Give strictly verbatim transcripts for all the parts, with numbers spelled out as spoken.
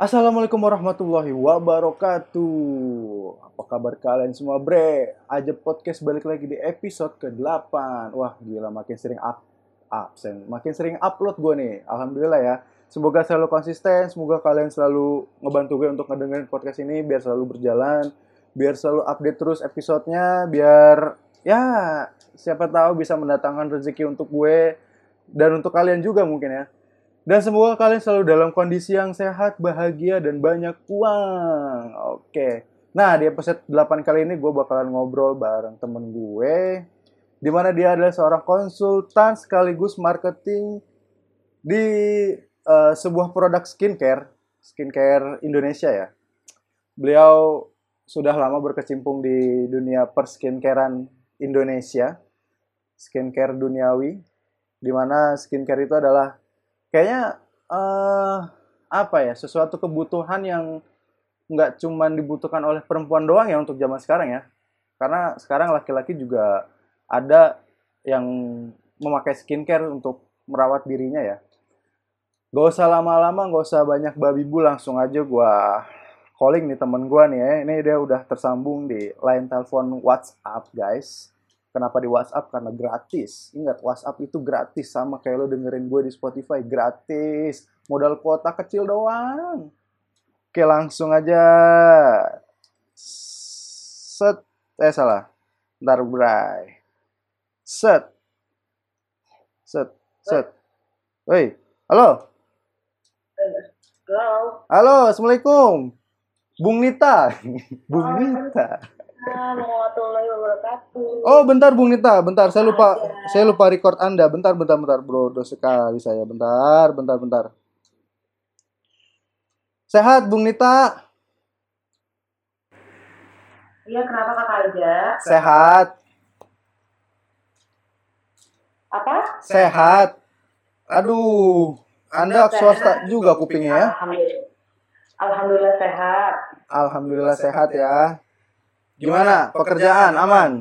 Assalamualaikum warahmatullahi wabarakatuh. Apa kabar kalian semua, bre? Aja podcast balik lagi di episode kedelapan. Wah, gila, makin sering up, absen, makin sering upload gue nih. Alhamdulillah ya. Semoga selalu konsisten, semoga kalian selalu ngebantu gue untuk ngedengerin podcast ini biar selalu berjalan, biar selalu update terus episodenya, biar ya siapa tahu bisa mendatangkan rezeki untuk gue dan untuk kalian juga mungkin ya. Dan semoga kalian selalu dalam kondisi yang sehat, bahagia, dan banyak uang. Oke. Nah, di episode delapan kali ini gue bakalan ngobrol bareng temen gue. Dimana dia adalah seorang konsultan sekaligus marketing di uh, sebuah produk skincare. Skincare Indonesia ya. Beliau sudah lama berkecimpung di dunia perskincarean Indonesia. Skincare duniawi. Dimana skincare itu adalah kayaknya uh, apa ya, sesuatu kebutuhan yang nggak cuma dibutuhkan oleh perempuan doang ya untuk zaman sekarang ya. Karena sekarang laki-laki juga ada yang memakai skincare untuk merawat dirinya ya. Gak usah lama-lama, gak usah banyak babi bu, langsung aja gue calling nih temen gue nih ya. Ini dia udah tersambung di line telepon WhatsApp guys. Kenapa di WhatsApp? Karena gratis. Ingat, WhatsApp itu gratis. Sama kayak lo dengerin gue di Spotify. Gratis. Modal kuota kecil doang. Oke, langsung aja. Set. Eh, salah. Bentar, bray. Set. Set. Set. Woi. Halo. Halo. Halo, Assalamualaikum. Bung Nita. Bung Nita. Warahmatullahi wabarakatuh. Oh, bentar Bung Nita, bentar. Saya lupa, Aja. saya lupa record Anda. Bentar, bentar, bentar, bro. Doa sekali saya. Bentar, bentar, bentar. Sehat, Bung Nita? Iya, kenapa Kakak aja? Sehat. Apa? Sehat. Aduh, Anda swasta juga kupingnya ya? Alhamdulillah. Alhamdulillah sehat. Alhamdulillah sehat ya. Gimana? Pekerjaan aman?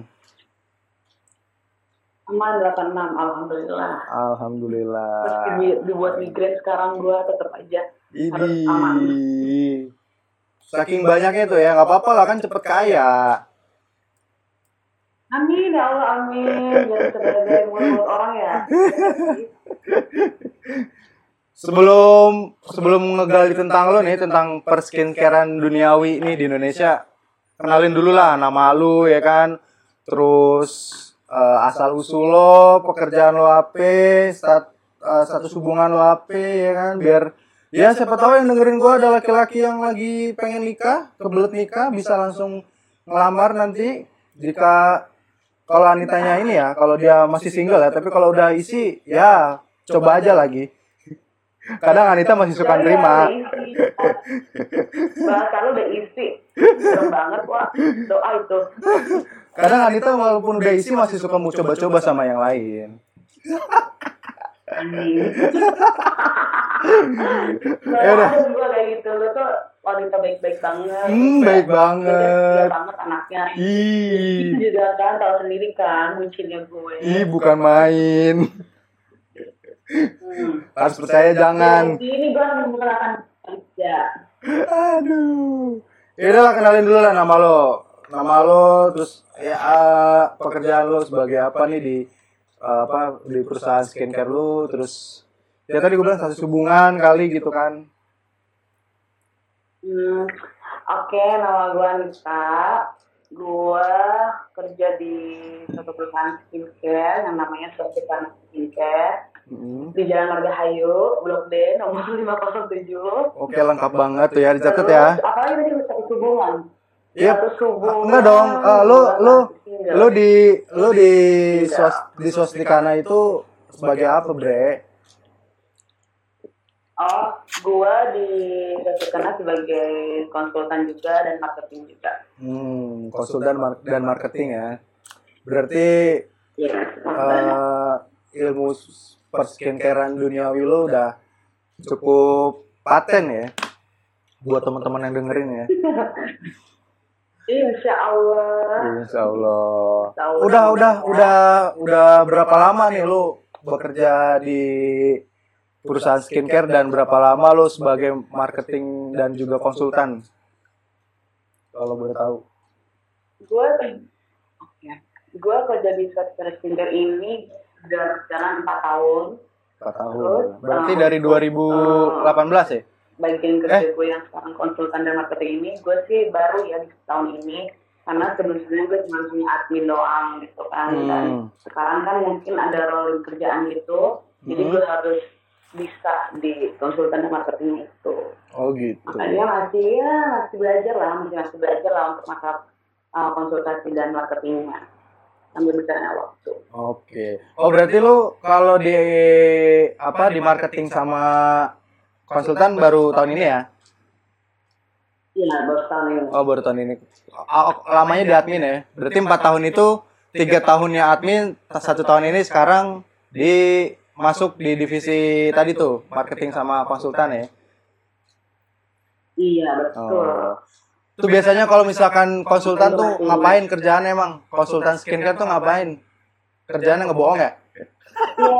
Aman delapan puluh enam, alhamdulillah. Alhamdulillah. Meski dibuat migrain sekarang gue tetap aja Ini. harus aman. Saking banyaknya tuh ya, nggak apa-apa lah kan cepet kaya. Amin ya Allah, amin. Jangan sebagai mulut orang ya. Sebelum sebelum ngegali tentang lo nih, tentang perskincarean duniawi nih di Indonesia, kenalin dulu lah nama lu ya kan, terus uh, asal usul lo, pekerjaan lo apa, stat, uh, status hubungan lo apa ya kan, biar ya siapa tahu yang dengerin gua ada laki-laki yang lagi pengen nikah, kebelet nikah, bisa langsung ngelamar nanti. Jika kalau Anitanya ini ya, kalau dia masih single ya, tapi kalau udah isi ya coba aja lagi. Kadang Anita masih suka nerima. Bahasa lu udah isi. Serem banget, wah. Doa itu. Kadang Anita walaupun udah isi masih suka mau coba-coba sama yang lain. Anjing. Ya udah. Ada juga kayak gitu. Lu tuh wanita baik-baik banget. Hmm, baik banget. Baik banget anaknya. Ih. Itu juga kan, tahu sendiri kan, bucinnya gue. Ih, bukan main. Hmm. Harus percaya jangan. Ini gue memperkenalkan kerja. Aduh. Ya udah, kenalin dulu lah nama lo. Nama lo, terus ya uh, pekerjaan lo sebagai apa nih di uh, apa di perusahaan skincare lo, terus ya tadi gue bilang status hubungan kali gitu kan. Hmm. Oke, okay, nama gue Anita. Gue kerja di suatu perusahaan skincare yang namanya Sultan Skincare. Mm-hmm. Di Jalan Margahayu, Blok D, nomor lima nol tujuh. Oke, lengkap banget tuh ya, dicatat ya. Apalagi tadi status hubungan. Iya. Status hubungan. Enggak dong. Uh, lu lu lu di lu di sos di Sosdikana itu sebagai apa, Bre? Oh, gua di Sosdikana sebagai konsultan juga dan marketing juga. Hmm, konsultan mar- dan marketing ya. Berarti ya, uh, ilmu perskincarean duniawi lo udah cukup paten ya buat teman-teman yang dengerin ya. Insya Allah. Insya Allah. Udah udah udah udah berapa lama nih lo bekerja di perusahaan skincare dan berapa lama lo sebagai marketing dan juga konsultan? Kalau boleh tahu. Gue ya, gue kerja di sektor skincare ini udah berjalan empat tahun. empat tahun. Terus, berarti uh, dari dua ribu delapan belas uh, ya? Bagian kerja eh? gue yang sekarang konsultan dan marketing ini, gue sih baru ya di tahun ini. Karena sebelumnya gue cuma punya admin doang gitu kan. Hmm. Dan sekarang kan mungkin ada role kerjaan gitu. Hmm. Jadi gue harus bisa di konsultan dan marketing itu. Oh gitu. Makanya masih ya masih belajar lah, masih masih belajar lah untuk masalah uh, konsultasi dan marketingnya sambil berjalannya waktu. Oke. Oh berarti lu kalau di apa di marketing sama konsultan baru tahun ini ya? Iya baru tahun ini. Oh baru tahun ini. Lamanya di admin ya? Berarti empat tahun itu tiga tahunnya admin, satu tahun ini sekarang di masuk di divisi tadi tuh marketing sama konsultan ya? Iya betul. Oh. Itu biasanya kalau misalkan konsultan tuh ngapain kerjaannya emang? Konsultan skincare tuh ngapain? Kerjaannya ngebohong ya? Iya.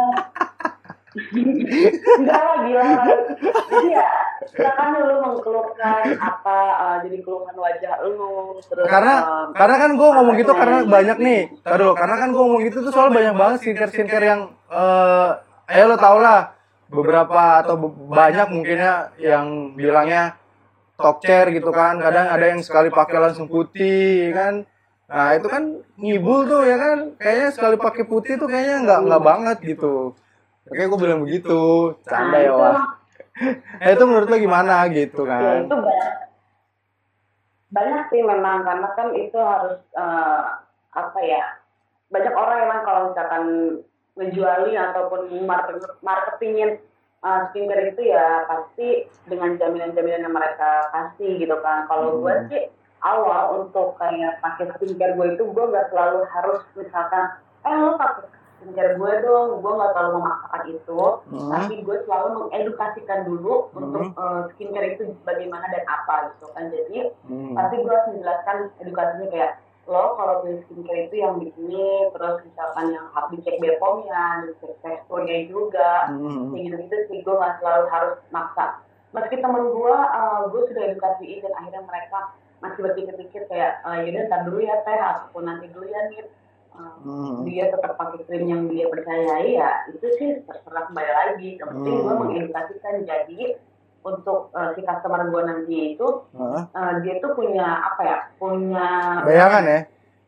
Enggak lah gila. Jadi ya silakan lu mengeluhkan apa uh, jadi keluhan wajah lu terus karena um, karena kan gue ngomong gitu karena banyak nih. Taruh, karena kan gue ngomong gitu tuh soal banyak banget skincare-skincare yang uh, ayo lo tau lah beberapa atau banyak mungkinnya yang bilangnya talk chair gitu kan, kadang ada yang sekali pakai langsung putih kan. Nah itu kan ngibul tuh ya kan, kayaknya sekali pakai putih tuh kayaknya nggak nggak banget gitu. Kayak gue bilang begitu, canda ya wah. Nah itu menurut lo gimana gitu kan? Ya itu banyak, banyak sih memang karena kan itu harus uh, apa ya, banyak orang emang kalau misalkan menjuali ataupun marketingin uh, skincare itu ya pasti dengan jaminan-jaminan yang mereka kasih gitu kan. Kalau hmm. gue sih awal untuk kayak pakai skincare gue itu gue nggak selalu harus misalkan eh lo pakai skincare gue dong, gue nggak terlalu memaksakan itu, hmm. tapi gue selalu mengedukasikan dulu hmm. untuk uh, skincare itu bagaimana dan apa gitu kan. Jadi hmm. pasti gue harus menjelaskan edukasinya kayak lo kalau beli skincare itu yang begini, terus misalkan yang harus dicek B P O M-nya, dicek teksturnya juga, hmm. kayak gitu-gitu sih. Gue nggak selalu harus maksa. Meski temen gue, uh, gue sudah edukasiin dan akhirnya mereka masih berpikir-pikir kayak uh, yaudah ntar dulu ya teh ataupun nanti dulu ya nih. Uh, hmm. Dia tetap pakai krim yang dia percayai ya itu sih terserah kembali lagi. Yang penting hmm. gue mengedukasikan. Jadi untuk uh, si customer gue nanti itu uh. Uh, dia tuh punya apa ya, punya bayangan ya,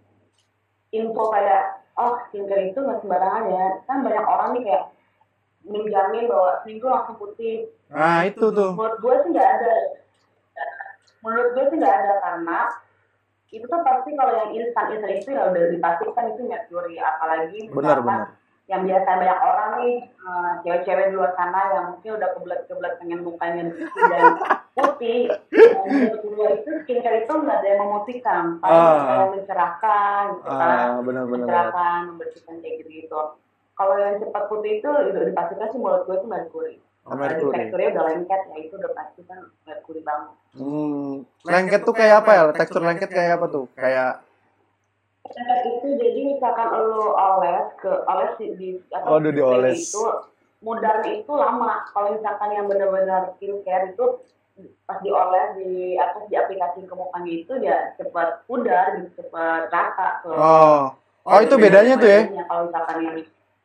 info kayak oh skincare itu nggak sembarangan ya. Kan banyak orang nih kayak menjamin bahwa seminggu langsung putih. Nah itu tuh menurut gue sih nggak ada. Menurut gue sih nggak ada karena itu tuh pasti kalau yang instan-instan itu ya udah dipastikan itu mercury, apalagi benar-benar yang biasa banyak orang nih uh, cewek-cewek di luar sana yang mungkin udah kebelet-kebelet pengen mukanya bersih dan putih. Menurut gue itu skincare itu nggak ada yang memutihkan, paling uh, mencerahkan gitu kan, uh, mencerahkan, membersihkan kayak gitu-gitu. Kalau yang cepat putih itu udah dipastikan sih menurut gue itu mercury. Oh, mercury. Teksturnya udah lengket ya itu udah pasti kan mercury banget. Hmm, lengket tuh kayak apa ya? Tekstur lengket kayak apa tuh? Kayak lengket itu jadi misalkan lo oles ke oles di, di atau oh, di oles itu mudarnya itu lama. Kalau misalkan yang benar-benar skincare itu pas dioles di atas di aplikasi ke mukanya itu dia cepat pudar, gitu cepat rata. So, oh, oh itu bedanya tuh ya? Kalau misalkan yang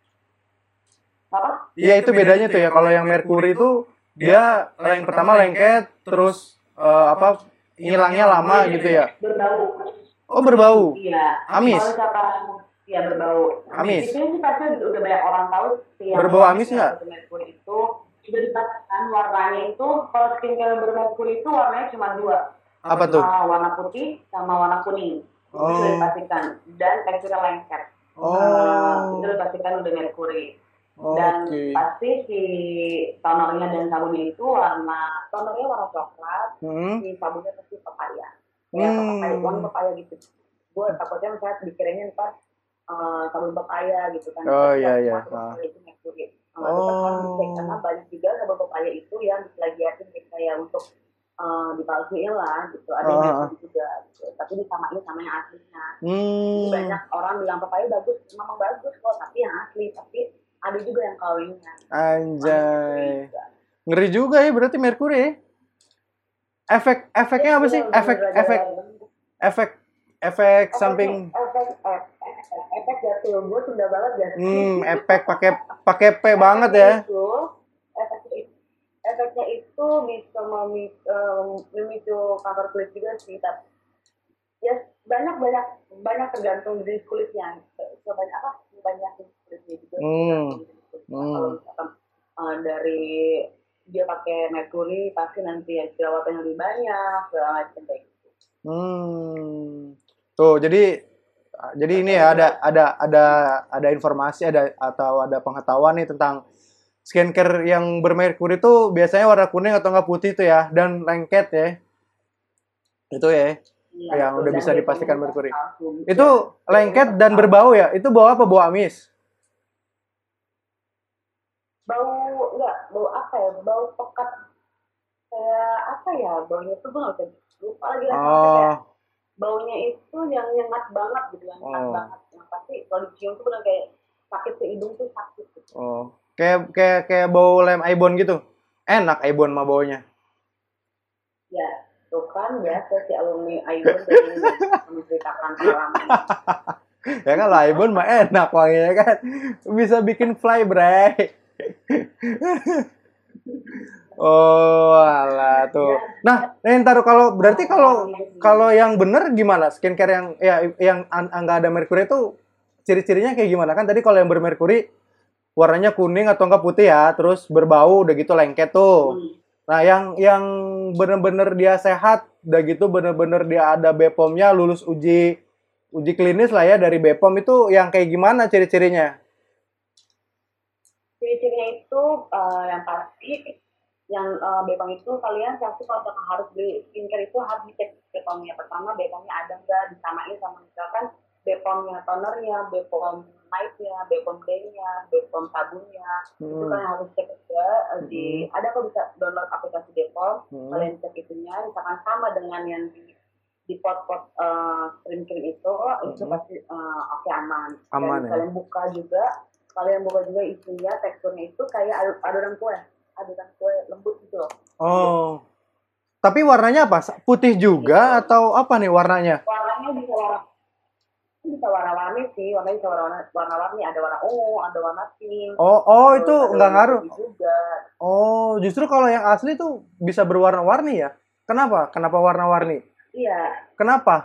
apa? Iya itu bedanya tuh ya. Kalau yang mercury itu dia yang pertama lengket, terus uh, apa hilangnya lama gitu ya? Berbau. Oh berbau. Iya. Amis. Kalau misalkan ya berbau. Amis. Itu sih pasti udah banyak orang tahu sih. Berbau amis nggak? Mercury itu sudah dikatakan warnanya itu kalau skincare bermercury itu warnanya cuma dua. Apa tuh? Uh, warna putih sama warna kuning. Itu oh. sudah dipastikan dan teksturnya lengket. Oh. Uh, itu dipastikan udah mercury. Dan okay. pasti si tonernya dan sabunnya itu warna tonernya warna coklat, hmm. si sabunnya pasti papaya, ya hmm. papaya, warna papaya gitu. Gue takutnya misalnya dikiranya ntar uh, sabun papaya gitu kan. Oh iya iya. Nah. Itu mercury. Nah, oh. Itu kan dicek karena banyak juga sabun papaya itu yang diplagiatin kayak untuk uh, dipalsuin lah gitu. Ada yang mercury juga, gitu. Tapi disamain sama yang aslinya. Hmm. Jadi banyak orang bilang papaya bagus, memang bagus kok, tapi yang asli tapi ada juga yang kawinan. Anjay. Ngeri juga ya berarti Merkuri. Efek efeknya apa sih? Efek efek efek efek samping efek efek efek jatuh gue sudah banget ya. Hmm, efek pakai pakai P banget ya. Itu, efeknya itu, efeknya itu bisa memicu kanker kulit juga sih, tapi ya banyak banyak banyak tergantung dari kulitnya. Sebanyak apa? Banyak kulitnya juga. Hmm. Hmm. Kalau misalkan uh, dari dia pakai merkuri pasti nanti ya jerawatnya lebih banyak, segala macam kayak gitu. Hmm. Tuh, jadi jadi ini ya ada ada ada ada informasi ada atau ada pengetahuan nih tentang skincare yang bermerkuri itu biasanya warna kuning atau enggak putih itu ya dan lengket ya. Itu ya. Ya, yang udah bisa dipastikan merkuri. Itu lengket dan berbau ya? Itu bau apa? Bau amis? Bau enggak, bau apa ya? Bau pekat kayak apa ya? Baunya tuh gue nggak bisa lupa lagi. Oh. Kayak baunya itu yang nyengat banget gitu, yang nyengat oh. banget. Yang pasti kalau dicium tuh benar kayak sakit ke hidung tuh sakit. Gitu. Oh, kayak kayak kayak bau lem Aibon gitu. Enak Aibon mah baunya. Ya. Tuh kan biasa si alumni Aibon dari menceritakan pengalaman. Ya kan Aibon mah enak wanginya kan. Bisa bikin fly, bre. Oh, alah tuh. Nah, ntar kalau berarti kalau kalau yang bener gimana? Skincare yang ya yang enggak ada merkuri itu ciri-cirinya kayak gimana? Kan tadi kalau yang bermerkuri warnanya kuning atau enggak putih ya, terus berbau udah gitu lengket tuh. Hmm. Nah, yang yang bener-bener dia sehat, udah gitu bener-bener dia ada B P O M-nya, lulus uji uji klinis lah ya dari B P O M itu yang kayak gimana ciri-cirinya? Ciri-cirinya itu uh, yang pasti yang uh, B P O M itu kalian pasti kalau harus beli skincare itu harus dicek B P O M-nya. Pertama B P O M-nya ada nggak, disamain sama misalkan B P O M-nya tonernya, B P O M night-nya, B P O M day-nya, B P O M sabunnya. Hmm. Itu kan harus cek juga di hmm. ada kok bisa download aplikasi B P O M, hmm. kalian cek itunya, misalkan sama dengan yang di di pot-pot uh, krim-krim itu, hmm. itu pasti uh, oke okay, aman. Aman. Dan ya? Kalian buka juga, kalian buka juga isinya, teksturnya itu kayak adonan kue, adonan kue lembut gitu loh. Oh. Gitu. Tapi warnanya apa? Putih juga gitu. Atau apa nih warnanya? Warnanya bisa warna bisa warna-warni sih, warnanya bisa warna warna-warni, ada warna ungu, ada warna pink. Oh, oh itu nggak ngaruh. Juga. Oh, justru kalau yang asli tuh bisa berwarna-warni ya? Kenapa? Kenapa warna-warni? Iya. Kenapa?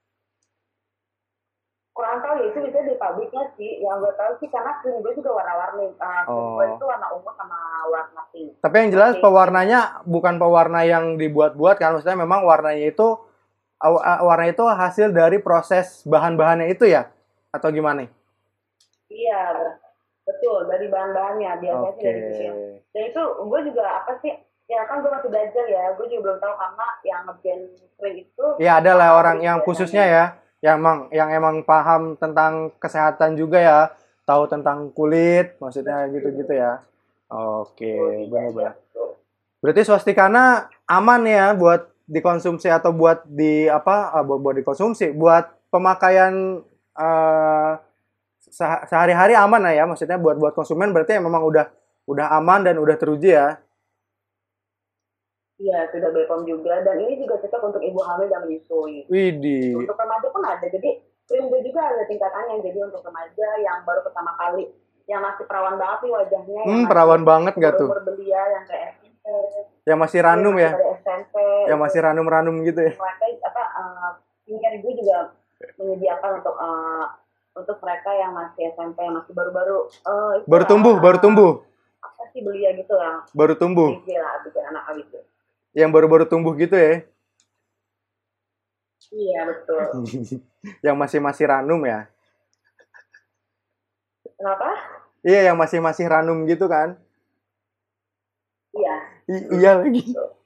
Kurang tahu ya, itu bisa di pabriknya sih. Yang gue tahu sih karena krim gue juga warna-warni. Uh, oh. Gue itu warna ungu sama warna pink. Tapi yang jelas okay. Pewarnanya bukan pewarna yang dibuat-buat kan, maksudnya memang warnanya itu warna itu hasil dari proses bahan-bahannya itu ya? Atau gimana? Iya, betul. Dari bahan-bahannya. Biasanya okay. sih dari itu. Dan itu gue juga apa sih, ya kan gue masih belajar ya. Gue juga belum tahu karena yang nge-blend krim itu. Iya, ada lah orang yang khususnya ya. Yang emang, yang emang paham tentang kesehatan juga ya. Tahu tentang kulit, maksudnya gitu-gitu ya. Oke, okay. Benar-benar. Berarti swastikana aman ya buat dikonsumsi atau buat di apa uh, buat, buat dikonsumsi buat pemakaian uh, sehari-hari aman lah ya, maksudnya buat buat konsumen berarti ya memang udah udah aman dan udah teruji ya. Iya, sudah B P O M juga dan ini juga cocok untuk ibu hamil dan menyusui. Widih. Untuk remaja pun ada, jadi krim gue juga ada tingkatannya. Jadi untuk remaja yang baru pertama kali, yang masih perawan banget nih wajahnya, hmm, yang perawan banget nggak tuh? Belia yang kayak yang masih ranum ya, S M P, yang masih ranum-ranum gitu ya. Mereka apa uh, skincare gue juga menyediakan untuk uh, untuk mereka yang masih S M P, yang masih baru-baru uh, baru tumbuh, uh, baru tumbuh. Apa sih belia gitu lah. Baru tumbuh. Iya, bikin anak gitu. Yang baru-baru tumbuh gitu ya. Iya, betul. Yang masih masih ranum ya. Kenapa? Iya, yang masih masih ranum gitu kan. Iya. I- iya lagi.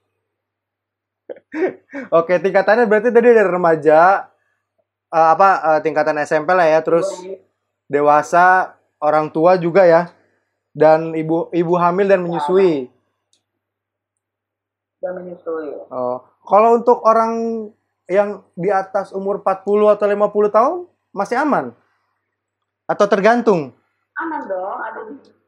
Oke, tingkatannya berarti tadi dari remaja, uh, apa uh, tingkatan S M P lah ya, terus dewasa, orang tua juga ya, dan ibu ibu hamil dan menyusui. Dan menyusui. Oh, kalau untuk orang yang di atas umur empat puluh atau lima puluh tahun masih aman? Atau tergantung? Aman dong, ada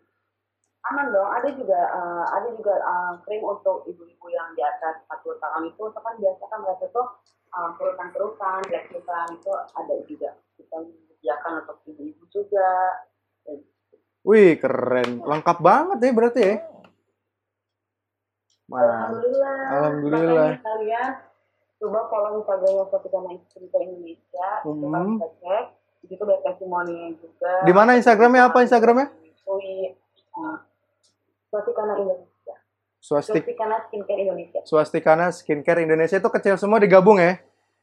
Aman dong, ada juga uh, ada juga uh, krim untuk ibu-ibu yang di atas empat puluh tahun itu, itu kan biasa kan mereka tuh uh, kerutan-kerutan, jelek-jelekan itu ada juga. Kita menyediakan untuk ibu-ibu juga. Wih, keren. Lengkap banget ya berarti ya. Wah, alhamdulillah. Alhamdulillah. Makanya kalian coba follow Instagramnya Swastikanah Skincare Indonesia, mm-hmm. Coba bisa cek. Di situ ada testimoni juga. Di mana Instagramnya apa Instagramnya? Wih, uh, Swastikanah Indonesia. Swastik Swastikanah Skincare Indonesia. Swastikanah Skincare Indonesia itu kecil semua digabung ya?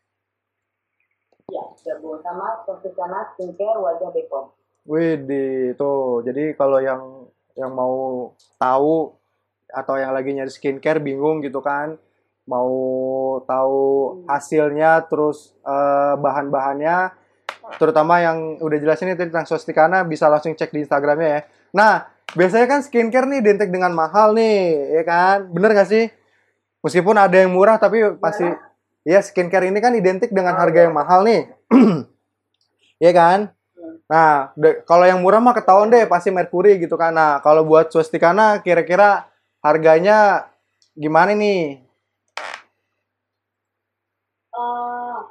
Ya, gabung sama Swastikanah Skincare Wajah Bepom. Wih, di tuh. Jadi kalau yang yang mau tahu atau yang lagi nyari skincare bingung gitu kan, mau tahu hmm. hasilnya terus uh, bahan-bahannya, terutama yang udah jelasin itu tentang Swastikanah, bisa langsung cek di Instagramnya ya. Nah, biasanya kan skincare nih identik dengan mahal nih, ya kan? Bener gak sih? Meskipun ada yang murah, tapi pasti ya skincare ini kan identik dengan harga yang mahal nih. Ya kan? Nah, kalau yang murah mah ketahuan deh, pasti Mercury gitu kan. Nah, kalau buat Swastikanah kira-kira harganya gimana nih? Uh,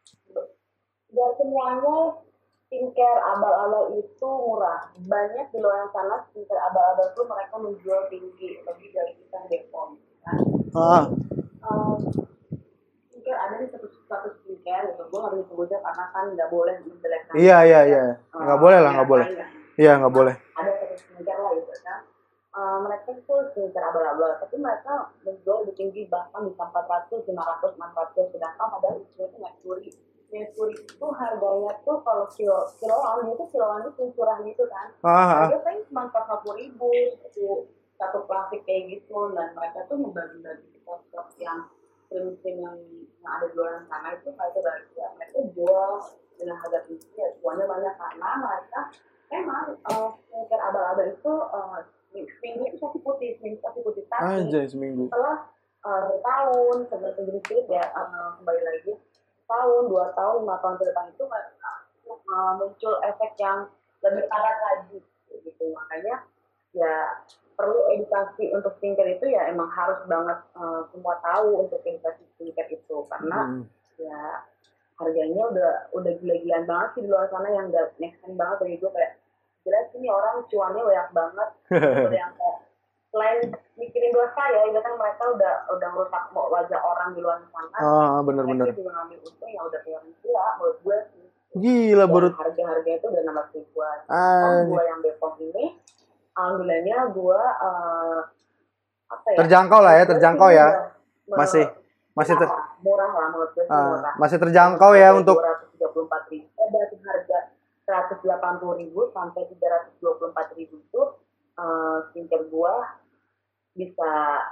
biar semuanya skincare abal-abal itu murah. Banyak di luar sana skincare abal-abal itu mereka menjual tinggi lebih dari kita Bepom. Kan? Ah. Uh, skincare ada di satu satu skincare gitu. Gue nggak bisa sebutnya karena kan nggak boleh menjelekkan. Iya iya iya. Nggak uh, boleh lah nggak boleh. Iya nggak boleh. Ada satu skincare lah gitu kan. Uh, mereka itu skincare abal-abal, tapi mereka menjual lebih tinggi bahkan bisa empat ratus, lima ratus, enam ratus, sedangkan padahal itu itu Mercury. Mercury itu harganya tuh kalau kilo kiloan itu kiloan itu curah gitu kan. Ah. Harga kan cuma empat puluh ribu itu satu plastik kayak gitu, dan mereka tuh membagi-bagi stok yang krim-krim yang, yang ada di luar sana itu mereka bagi ya, mereka jual dengan harga tinggi ya, jualnya banyak karena mereka emang uh, skincare abal-abal itu uh, seminggu itu pasti putih, seminggu pasti putih. Tapi Anjay, seminggu. setelah uh, setahun, sebenarnya sedikit ya, uh, kembali lagi tahun, dua tahun, lima tahun ke depan itu uh, muncul efek yang lebih parah lagi gitu. Makanya ya perlu edukasi untuk skincare itu ya emang harus banget uh, semua tahu untuk edukasi skincare itu karena hmm. ya harganya udah udah gila-gilaan banget sih di luar sana yang gak make sense banget bagi gue kayak jelas ini orang cuannya banyak banget. Udah yang kayak selain mikirin dosa ya, itu kan mereka udah udah merusak wajah orang di luar sana. Ah, benar-benar. Mereka juga ngambil untung yang udah kayak gila menurut gue sih. Gila baru. Harga-harga itu udah enam ratus ribuan. Ah. Gue yang Bepom ini, alhamdulillahnya gue uh, apa ya? Terjangkau lah ya, terjangkau ya. Masih masih ter murah lah menurut gue sih murah. Masih terjangkau ya untuk dua ratus tiga puluh empat ribu. Ada harga seratus delapan puluh ribu sampai tiga ratus dua puluh empat ribu itu uh, skincare gua bisa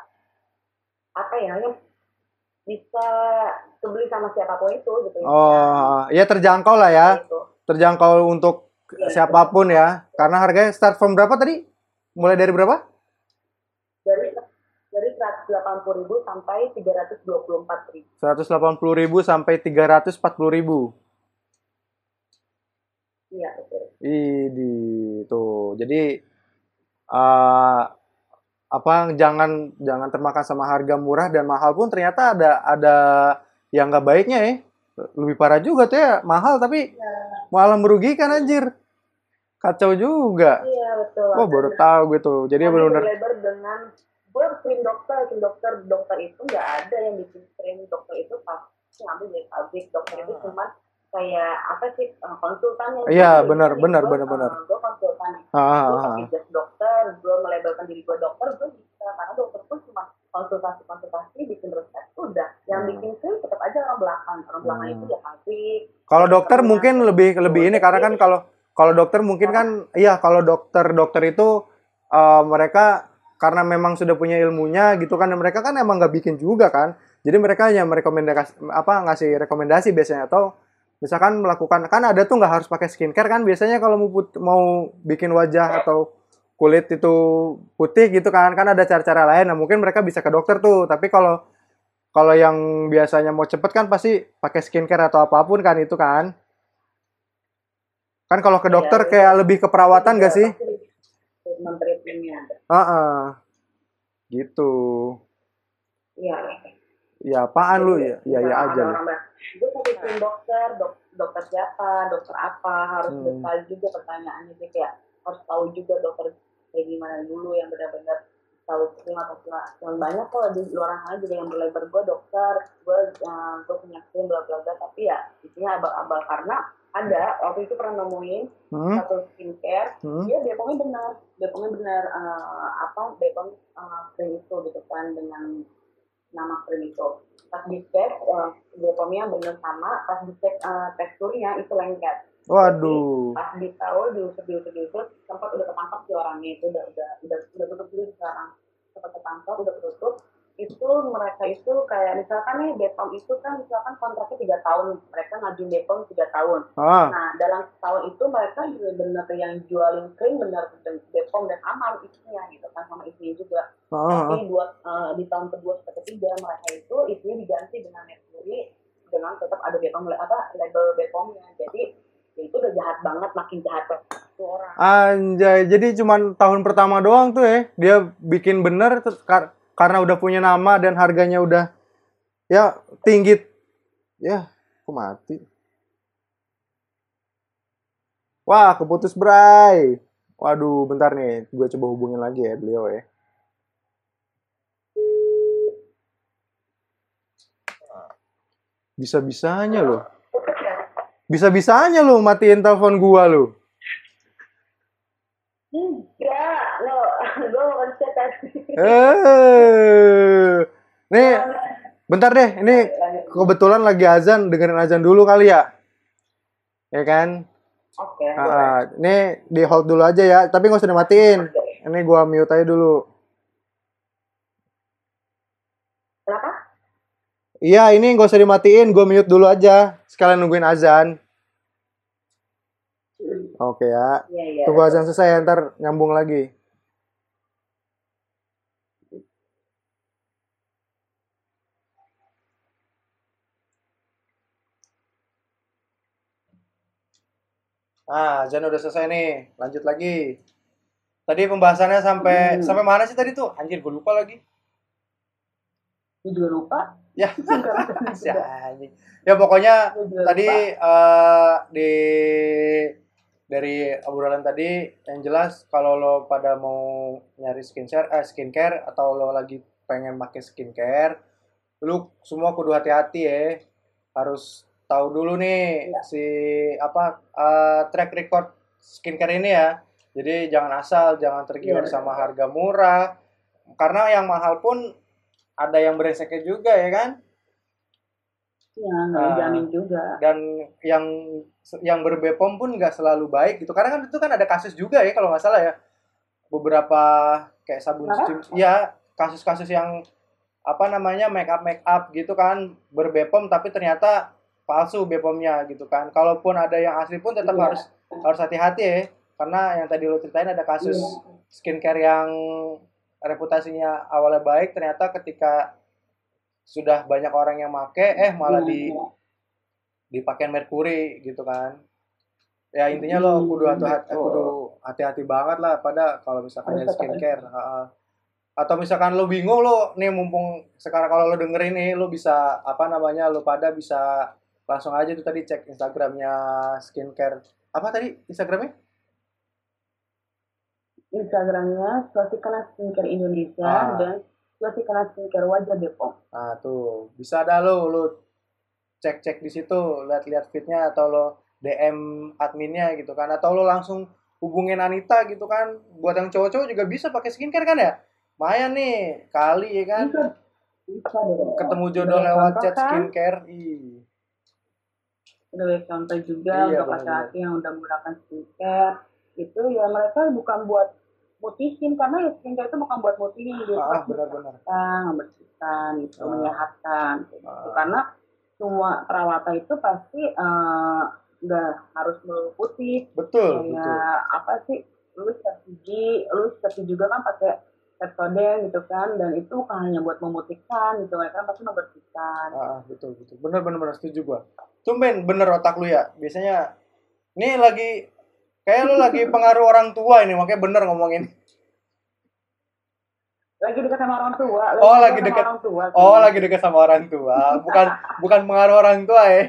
apa ya bisa kebeli sama siapapun itu gitu ya. Oh, ya terjangkau lah ya. Gitu. Terjangkau untuk ya, siapapun ya. Karena harganya start from berapa tadi? Mulai dari berapa? Dari dari seratus delapan puluh ribu sampai tiga ratus dua puluh empat ribu. seratus delapan puluh ribu sampai tiga ratus empat puluh ribu. Iya, betul. Ini tuh. Jadi uh, apa jangan jangan termakan sama harga murah dan mahal pun ternyata ada ada yang nggak baiknya ya. Lebih parah juga tuh ya, mahal tapi ya. Malah merugikan anjir. Kacau juga. Iya, betul. Oh, baru tahu gitu. Jadi benar-benar lebar dengan gue krim dokter, krim dokter, dokter itu nggak ada yang bikin krim dokter itu pasti ngambil dari pabrik. Dokter itu cuma kayak apa sih konsultannya? Iya benar benar benar benar. Gue konsultan, ah, gue pakai jas dokter, gue melabelkan diri gue dokter, gue bisa karena dokter pun cuma konsultasi konsultasi bikin resep udah. Yang hmm. bikin krim tetap aja orang belakang, orang belakang hmm. itu ya pabrik. Kalau dokter mungkin lebih lebih ini karena kan kalau kalau dokter mungkin kan iya kalau dokter dokter itu uh, mereka karena memang sudah punya ilmunya gitu kan dan mereka kan emang nggak bikin juga kan. Jadi mereka hanya merekomendasi apa ngasih rekomendasi biasanya atau misalkan melakukan, kan ada tuh nggak harus pakai skincare kan, biasanya kalau mau, put, mau bikin wajah atau kulit itu putih gitu kan, kan ada cara-cara lain, nah mungkin mereka bisa ke dokter tuh, tapi kalau kalau yang biasanya mau cepet kan pasti pakai skincare atau apapun kan itu kan. Kan kalau ke dokter ya, kayak ya. Lebih ke perawatan nggak sih? Treatmentnya. Ah, uh-uh. Gitu. Iya. Ya apaan lu ya? Iya ya aja lu. Gue mau dokter, dok, dokter siapa, dokter apa, harus hmm. detail juga pertanyaannya sih kayak harus tahu juga dokter kayak gimana dulu yang benar-benar tahu krim atau enggak. Yang banyak kok di luar sana juga yang berlebar gue dokter, gue uh, gue punya krim bla bla bla, tapi ya isinya abal-abal karena ada waktu itu pernah nemuin hmm? satu skincare, hmm? dia B P O-nya benar, B P O-nya benar uh, apa B P O uh, krim itu gitu kan dengan nama krim itu. Pas dicek uh, B P O-nya benar sama, pas dicek uh, teksturnya itu lengket. Waduh. Jadi, pas ditahu diusut diusut diusut sempat udah ketangkap si orangnya itu udah udah udah udah tutup dulu sekarang sempat ketangkap udah tutup itu mereka itu kayak misalkan nih B P O M itu kan misalkan kontraknya tiga tahun mereka ngajuin B P O M tiga tahun ah. Nah dalam setahun itu mereka juga benar yang jualin krim benar B P O M dan aman isinya gitu kan sama isinya juga ah. Tapi buat uh, di tahun kedua sampai ketiga mereka itu isinya diganti dengan Mercury dengan tetap ada B P O M apa label B P O M-nya jadi ya itu udah jahat banget, makin jahat tuh orang. Anjay, jadi cuma tahun pertama doang tuh ya, dia bikin bener kar- karena udah punya nama dan harganya udah ya tinggi. Ya, aku mati. Wah, keputus Bray. Waduh, bentar nih, gue coba hubungin lagi ya beliau ya. Bisa-bisanya loh. Bisa-bisanya lu matiin telepon gua lu. Enggak, lo gua mau pencet tadi. Eh. Nih, bentar deh. Ini kebetulan lagi azan, dengerin azan dulu kali ya. Ya kan? Oke. Okay, uh, ini di hold dulu aja ya, tapi nggak usah dimatiin. Ini gua mute aja dulu. Kenapa? Iya, ini nggak usah dimatiin, gua mute dulu aja. Sekalian nungguin azan. Oke ya. Ya, ya. Tunggu azan selesai, ntar nyambung lagi. Ah, azan udah selesai nih. Lanjut lagi. Tadi pembahasannya sampai hmm. sampai mana sih tadi tuh? Anjir, gue lupa lagi. Gue juga lupa. Ya. Ya pokoknya tadi uh, di dari obrolan tadi yang jelas kalau lo pada mau nyari skincare eh, skincare atau lo lagi pengen pakai skincare, lo semua kudu hati-hati ya. Harus tahu dulu nih ya. si apa uh, track record skincare ini ya. Jadi jangan asal, jangan tergiur ya, sama ya. harga murah. Karena yang mahal pun ada yang brengseknya juga ya kan? Iya, nggak dijamin uh, juga. Dan yang yang ber-B P O M pun nggak selalu baik gitu. Karena kan itu kan ada kasus juga ya kalau nggak salah ya. Beberapa kayak sabun cuci, ya kasus-kasus yang apa namanya make up make up gitu kan ber-B P O M tapi ternyata palsu B P O M-nya gitu kan. Kalaupun ada yang asli pun tetap yeah. harus harus hati-hati ya. Karena yang tadi lo ceritain ada kasus yeah. skincare yang reputasinya awalnya baik ternyata ketika sudah banyak orang yang make eh malah di dipakai merkuri gitu kan. Ya intinya lo kudu hati-hati kudu hati-hati banget lah pada kalau misalkan nyari skincare. Atau misalkan lo bingung lo nih mumpung sekarang kalau lo dengerin nih lo bisa apa namanya lo pada bisa langsung aja tuh tadi cek Instagramnya skincare. Apa tadi Instagramnya? Instagramnya Swasikana Skincare Indonesia ah. dan Swasikana Skincare Wajah Depok. Nah tuh bisa dah lo lo cek-cek di situ, lihat-lihat feednya atau lo D M adminnya gitu kan, atau lo langsung hubungin Anita gitu kan. Buat yang cowok-cowok juga bisa pakai skincare kan ya? Lumayan nih kali ya kan. Bisa. Bisa deh. Ketemu jodoh Udah lewat chat kan? Skincare. Ih. Udah banyak contoh juga iya, untuk laki-laki yang udah menggunakan skincare. Itu ya mereka bukan buat mutihin karena ya skincare itu bukan buat mutihin gitu. Ah, benar-benar. Membersihkan, gitu, ah. menyehatkan gitu. Ah. Karena semua perawatan itu pasti nggak uh, harus melulu putih. Betul. Kayak betul. apa sih? Lu sikat gigi, lu sikat gigi juga kan pakai Pepsodent gitu kan, dan itu bukan hanya buat memutihkan gitu, mereka pasti membersihkan. Ah, betul betul. Bener-bener setuju gua. Tumben bener otak lu ya. Biasanya nih lagi kayak lu lagi pengaruh orang tua ini, makanya bener ngomongin. Lagi dekat sama orang tua. Lagi Oh, lagi dekat. Orang tua, oh, lagi dekat sama orang tua. Bukan bukan pengaruh orang tua ya.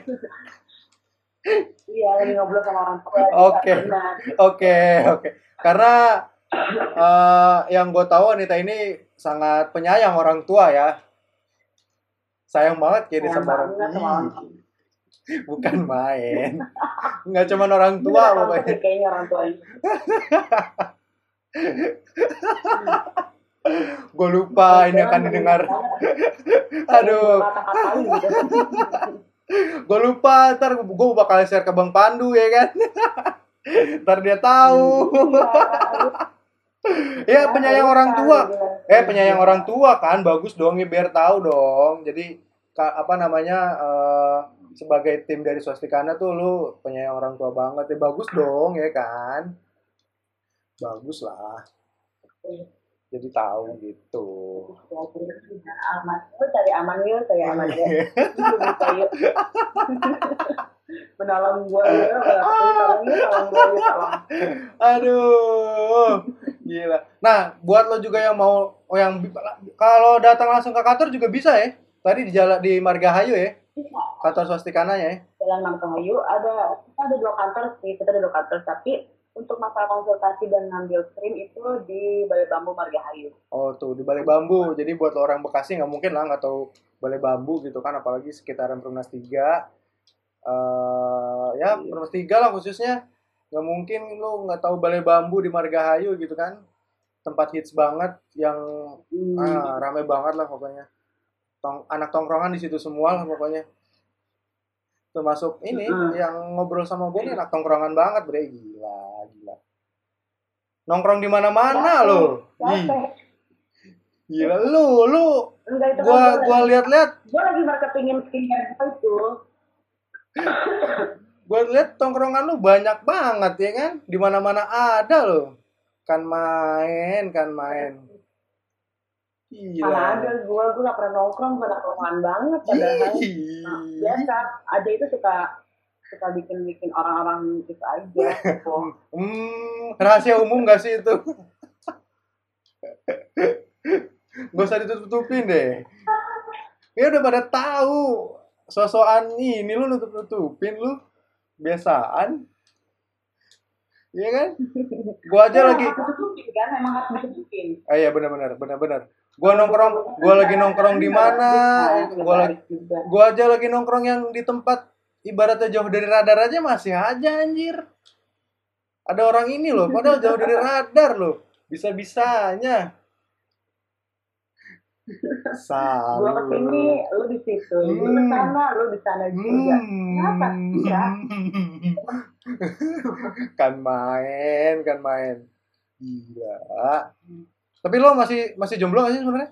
Iya, lagi ngobrol sama orang tua. Oke. Oke, oke. Karena uh, yang gue tahu Anita ini sangat penyayang orang tua ya. Sayang banget kayak dia sama orang tua. Bukan main. Enggak cuma orang tua pokoknya. Kayaknya orang tua ini. Gue lupa ini akan didengar. Aduh. Gue lupa, ntar gue bakal share ke Bang Pandu ya kan. Ntar dia tahu. Ya penyayang orang tua. Eh penyayang orang tua kan bagus dong ya, biar tahu dong. Jadi apa namanya uh, sebagai tim dari Swastikana tuh lu penyayang orang tua banget ya, bagus dong ya kan. Bagus lah. Jadi tahu gitu. Aman, lu cari aman yuk, cari aman yuk. Yuk. Menolong gue yuk, tolong yuk, tolong gue yuk, tolong. Aduh, gila. Nah, buat lo juga yang mau, oh yang kalau datang langsung ke kantor juga bisa ya. Tadi di jalan di Margahayu ya. Bisa. Kantor Swastikana ya. Jalan Margahayu ada, kita ada dua kantor sih, kita ada dua kantor tapi untuk masalah konsultasi dan ngambil STRIM itu di Balai Bambu Margahayu. Oh tuh di Balai Bambu. Jadi buat orang Bekasi nggak mungkin lah nggak tahu Balai Bambu gitu kan, apalagi sekitaran Perumnas tiga. Uh, ya Perumnas tiga lah khususnya. Nggak mungkin lu nggak tahu Balai Bambu di Margahayu gitu kan. Tempat hits banget yang hmm. ah, ramai banget lah pokoknya. Tong, anak tongkrongan di situ semua lah pokoknya. Termasuk ini uh. yang ngobrol sama gue nih anak tongkrongan banget, bre, gila, gila. Nongkrong di mana-mana lo. Gila lu, lu. Enggak, gua gua lihat-lihat. Gua lagi marketingin skincare itu. Gua lihat tongkrongan lu banyak banget ya kan? Di mana-mana ada lo. Kan main, kan main. Gila. Mana ada gue, gue gak pernah nongkrong, gue nongkrongan banget padahal. Nah, biasa, ada itu suka suka bikin-bikin orang-orang gitu aja. Gitu. Hmm, rahasia umum gak sih itu? Gak usah ditutup-tutupin deh. Ya udah pada tahu. Sosokan ini lu nutup-nutupin lu. Biasaan. Iya kan? Gua aja ya, lagi. Kan memang harus ditutupin. Ah iya benar-benar, benar-benar. Gua nongkrong, gua lagi nongkrong di mana? Gua lagi, gua aja lagi nongkrong yang di tempat ibaratnya jauh dari radar aja masih aja anjir. Ada orang ini loh, padahal jauh dari radar loh. Bisa-bisanya. Salah. Gua kesini, lu di situ. Hmm. Lu di sana, lu di sana juga. Kenapa? Bisa. Kan main, kan main. Gila. Tapi lo masih masih jomblo gak sih sebenarnya?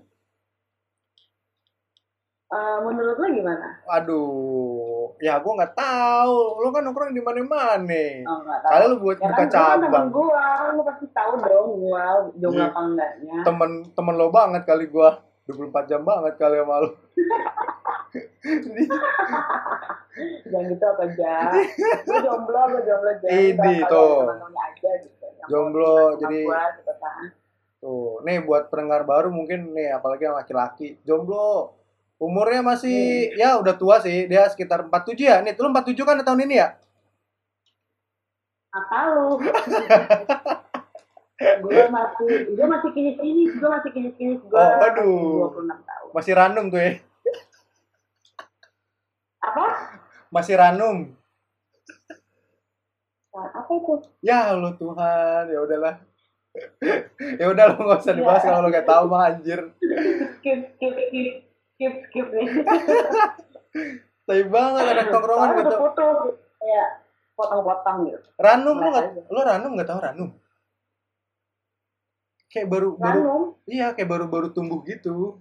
Uh, menurut lo gimana? Aduh, ya gue nggak tahu. Lo kan nongkrong di mana-mana. Oh, kali lo buat ya buka kan, cabang. Gue kan lo pasti tahu dong gue jomblo apa enggaknya. Temen temen lo banget kali gue. dua puluh empat jam banget kali sama lo. Jangan gitu apa aja. Gue jomblo, gue jomblo aja. Ini tuh. Aja, gitu. Jomblo, jadi. Gua, gitu kan. Tuh, nih buat pendengar baru mungkin nih, apalagi yang laki-laki. Jomblo. Umurnya masih, hmm. ya udah tua sih. Dia sekitar empat puluh tujuh ya. Nih, lu empat puluh tujuh kan tahun ini ya? Apa lu? Gue masih, gue masih kinis-kinis, gue masih kinis-kinis. Gue oh, aduh. masih dua puluh enam tahun. Masih ranum tuh ya? Apa? Masih ranum. Nah, apa itu? Ya Allah Tuhan, ya udahlah. Ya udah lo nggak usah dibahas ya. Kalau lo nggak tahu mah anjir. Skip, skip, skip, skip, skip nih. Tai banget ada tongkrongan gitu. Foto, kayak potong-potong gitu. Ranum lo nggak, lo ranum nggak tahu ranum? Kayak baru, baru, iya kayak baru-baru tumbuh gitu.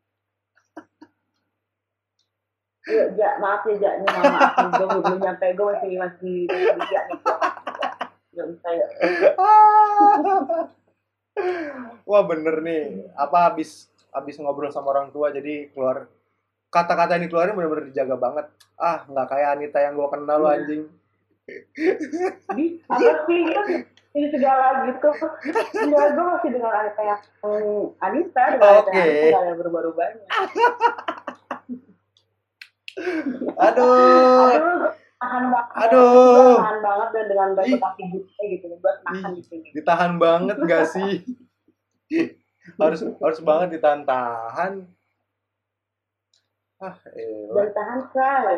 Iya, ja, maaf ya, Ja. Ini maaf, gue belum nyampe, gue masih masih ya nih. Gak bisa ya. Wah bener nih, apa abis abis ngobrol sama orang tua jadi keluar kata-kata yang dikeluarin bener-bener dijaga banget. Ah nggak kayak Anita yang gue kenal lo anjing. Di apa sih kan ini segala gitu. Enggak, gue masih dengan Anita yang um, Anita dengan Anita yang Anita nggak ada berubah-ubahnya. Aduh. Aduh, tahan banget. Aduh. Tahan banget dan dengan reputasi gue gitu, buat makan di sini. Ditahan banget nggak sih? harus harus banget ditahan-tahan. Ah, dan tahan kan.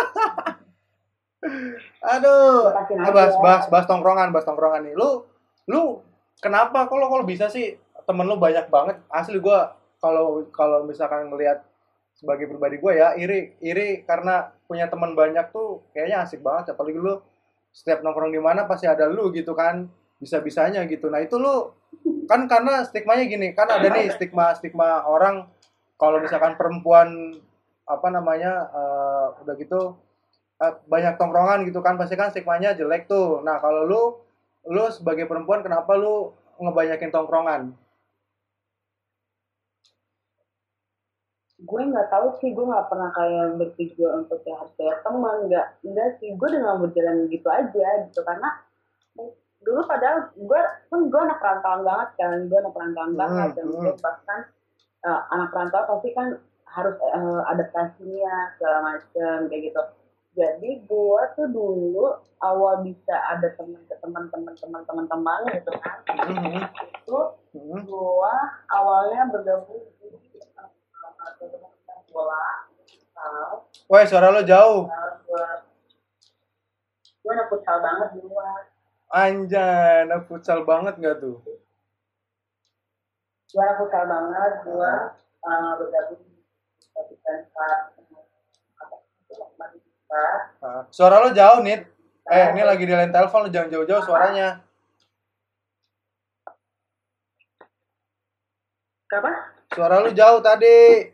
Aduh, ah, bahas bahas bahas tongkrongan, bahas tongkrongan nih. Lu lu kenapa kalau kalau bisa sih temen lu banyak banget? Asli gue kalau kalau misalkan ngelihat sebagai pribadi gue ya iri iri karena punya teman banyak tuh kayaknya asik banget. Apalagi lu setiap nongkrong di mana pasti ada lu gitu kan, bisa-bisanya gitu. Nah itu lu kan karena stigmanya gini kan ada nih stigma stigma orang kalau misalkan perempuan apa namanya uh, udah gitu banyak tongkrongan gitu kan pasti kan stigmanya jelek tuh. Nah kalau lu lu sebagai perempuan kenapa lu ngebanyakin tongkrongan? Gue nggak tahu sih, gue nggak pernah kayak berpikir untuk ya harus kayak teman, nggak enggak sih, gue dengan berjalan gitu aja gitu. Karena dulu padahal gue pun gue anak perantauan banget kan, gue anak perantauan hmm, banget dan hmm. gue bahkan uh, anak perantauan pasti kan harus uh, adaptasinya segala macam kayak gitu. Jadi gue tuh dulu awal bisa ada teman ke teman-teman teman-teman gitu kan. Mm-hmm. Itu mm-hmm. gue awalnya bergabung di teman-teman bola. Woi, suara lo jauh. Gue gue anak futsal banget dulu. Anjay, anak futsal banget gak tuh? Gue anak futsal banget, gue uh, bergabung di Pensa. Nah, suara lo jauh nih. Eh, ini lagi di line telepon, lo jangan jauh-jauh suaranya. Kenapa? Suara lo jauh tadi.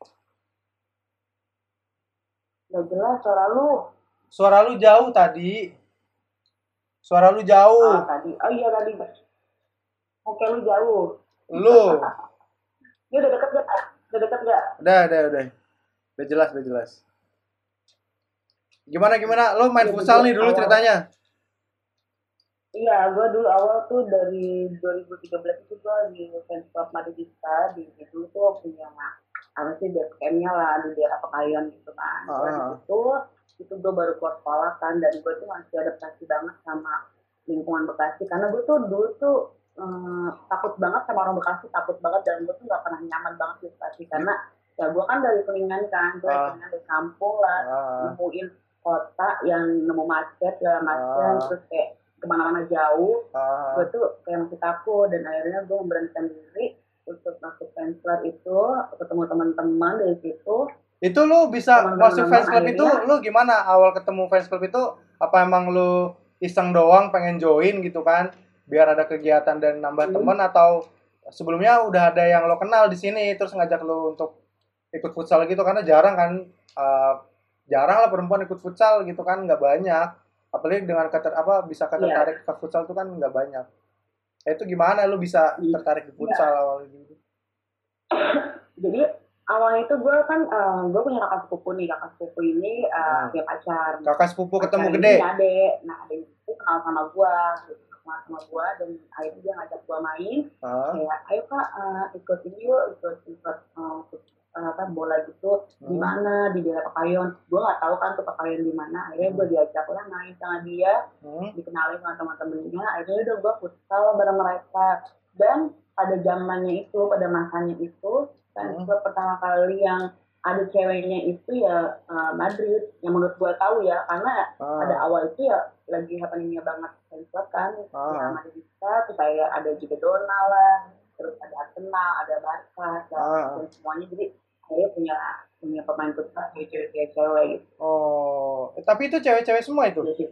Gak jelas suara lu. Suara lu jauh tadi. Suara lu jauh. Ah, tadi. Oh iya tadi. Oke, lu jauh. Lu. Ini udah deket gak? Udah deket gak? Udah, udah, udah. Udah jelas, udah jelas. Gimana gimana? Lo main ya, futsal nih dulu awal. Ceritanya. Iya, gue dulu awal tuh dari dua ribu tiga belas itu gue di Fans Club Madridista di dulu tuh punya apa sih base camp-nya lah di daerah Pekayon gitu kan. Ah. Itu itu gue baru keluar sekolah kan dan gue tuh masih adaptasi banget sama lingkungan Bekasi karena gue tuh dulu tuh eh, takut banget sama orang Bekasi, takut banget dan gue tuh nggak pernah nyaman banget di Bekasi karena ya gue kan dari Kuningan kan, gue ah. dari kampung lah, ah. nemuin kota yang nemu macet segala macam, ah. terus kayak kemana-mana jauh, ah. gue tuh kayak masih takut dan akhirnya gue memberanikan diri untuk masuk fans club itu, ketemu teman-teman dari situ. Itu lu bisa teman-teman masuk fans club akhirnya, itu, lu gimana awal ketemu fans club itu? Apa emang lu iseng doang pengen join gitu kan, biar ada kegiatan dan nambah hmm. teman atau sebelumnya udah ada yang lo kenal di sini terus ngajak lu untuk ikut futsal gitu karena jarang kan. Uh, jarang lah perempuan ikut futsal gitu kan, nggak banyak, apalagi dengan keter apa bisa ketertarik yeah. ke futsal itu kan nggak banyak. Ya itu gimana lu bisa yeah. tertarik di futsal yeah. awal gitu? Jadi awalnya itu gue kan uh, gue punya kakak sepupu nih, kakak sepupu ini uh, punya pacar. Kakak sepupu ketemu gede. Ade, nah ade itu kenal sama gue, kenal sama gue dan akhirnya dia ngajak gue main. Uh. Kayak ayo kak uh, ikut ini yuk, ikut ikut uh, apa bola gitu hmm. di mana di daerah Pekayon. Gue nggak tahu kan tuh Pekayon di mana. Akhirnya gue diajak lah main sama dia, hmm. dikenalin sama teman-temannya. Akhirnya udah gue futsal bareng mereka. Dan pada zamannya itu, pada masanya itu, kan hmm. pertama kali yang ada ceweknya itu ya uh, Madrid. Yang menurut gue tahu ya, karena ah. pada awal itu ya lagi happeningnya banget fans kan, ah. ya Madridista, terus saya ada juga Donald lah, terus ada Arsenal, ada Barca, ah. dan semuanya. Jadi saya punya punya pemain futsal cewek-cewek cewek gitu. Oh, eh, tapi itu cewek-cewek semua itu? Jadi,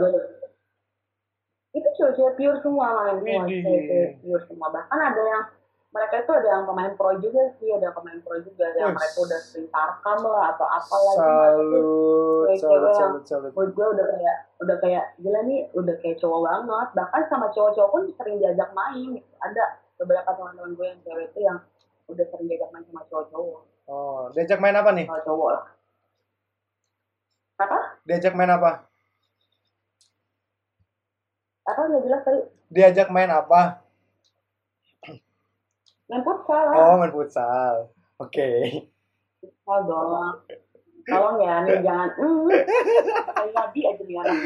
itu cewek-cewek pure semua main semua, cewek-cewek pure semua. Bahkan ada yang mereka itu ada yang pemain pro juga sih, ada yang pemain pro juga, ada yang mereka udah sering tarkam lah atau apalah gitu. Salut, salut, salut, salut. Menurut gue udah kayak udah kayak gila nih, udah kayak cowok banget. Bahkan sama cowok-cowok pun sering diajak main. Ada beberapa teman-teman gue yang cewek itu yang udah sering diajak main sama cowok-cowok. Oh, diajak main apa nih? Oh, cowok lah. Apa? Diajak main apa? Apa nggak jelas tadi? Diajak main apa? Main futsal lah. Oh, main futsal. Oke. Okay. Futsal dong. Tolong ya, nih jangan hmm, kayak tadi aja nih anak.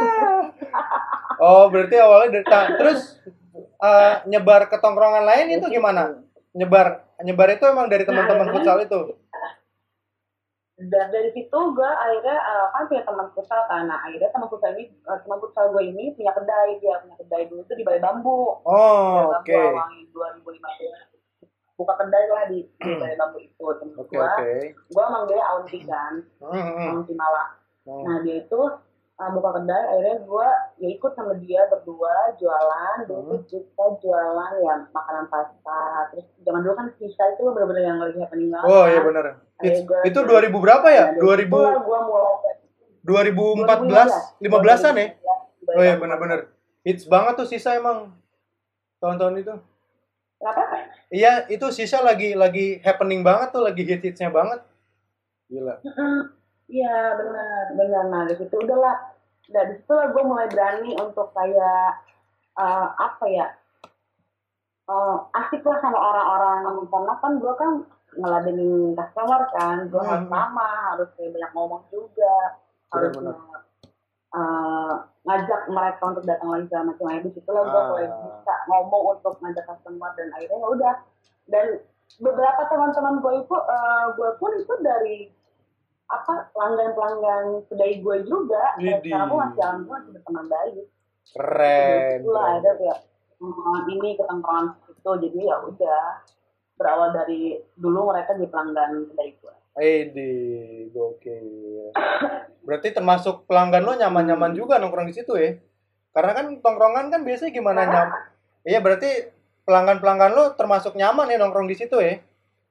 Oh, berarti awalnya dari ta- terus uh, nyebar ke tongkrongan lain itu gimana? Nyebar nyebar itu emang dari teman-teman Nah, futsal itu? Dan dari situ gue akhirnya uh, kan punya teman futsal kan. Nah, akhirnya teman futsal ini, uh, teman futsal gue ini punya kedai, dia punya kedai dulu itu di Balai Bambu. Oh, oke. Okay. Awal dua ribu lima belas. Buka kedai lah di, di Balai Bambu itu. Temen Oke, gue, oke. gue emang dia Aunti kan, Aunti Malang. Hmm. Nah, dia itu uh, buka kedai, akhirnya gue ya ikut sama dia berdua jualan. Dulu hmm. kita jualan ya makanan pasta. Terus zaman dulu kan sisa itu bener-bener yang lagi happening banget. Oh iya bener. It, itu dua ribu berapa ya? Nah, dua ribu gua mulai dua ribu empat belas, lima belasan ya? Oh iya bener-bener. Hits banget tuh sisa emang tahun-tahun itu. Kenapa? Iya, itu sisa lagi lagi happening banget tuh, lagi hits-hitsnya banget. Gila. Iya benar, benar. Nah dari situ udahlah, dari situ lah gue mulai berani untuk kayak uh, apa ya, uh, asik lah sama orang-orang. Karena kan gue kan ngeladenin customer kan, gue hmm. harus lama, harus kayak banyak ngomong juga, bener, harus bener. Uh, ngajak mereka untuk datang lagi segala macam. Nah di situ lah gue mulai ah. bisa ngomong untuk ngajak customer dan akhirnya ya udah. Dan beberapa teman-teman gue itu, uh, gue pun itu dari apa pelanggan-pelanggan kedai gue juga. Dan sekarang gue masih jalan, gue masih berteman baik. Keren. Itulah ada kayak hmm, ini ketangkrongan itu, jadi ya udah berawal dari dulu mereka di pelanggan kedai gue. Eh di gokil. Berarti termasuk pelanggan lo nyaman-nyaman juga nongkrong di situ ya? Karena kan tongkrongan kan biasanya gimana nyam? Iya berarti pelanggan-pelanggan lo termasuk nyaman ya nongkrong di situ ya?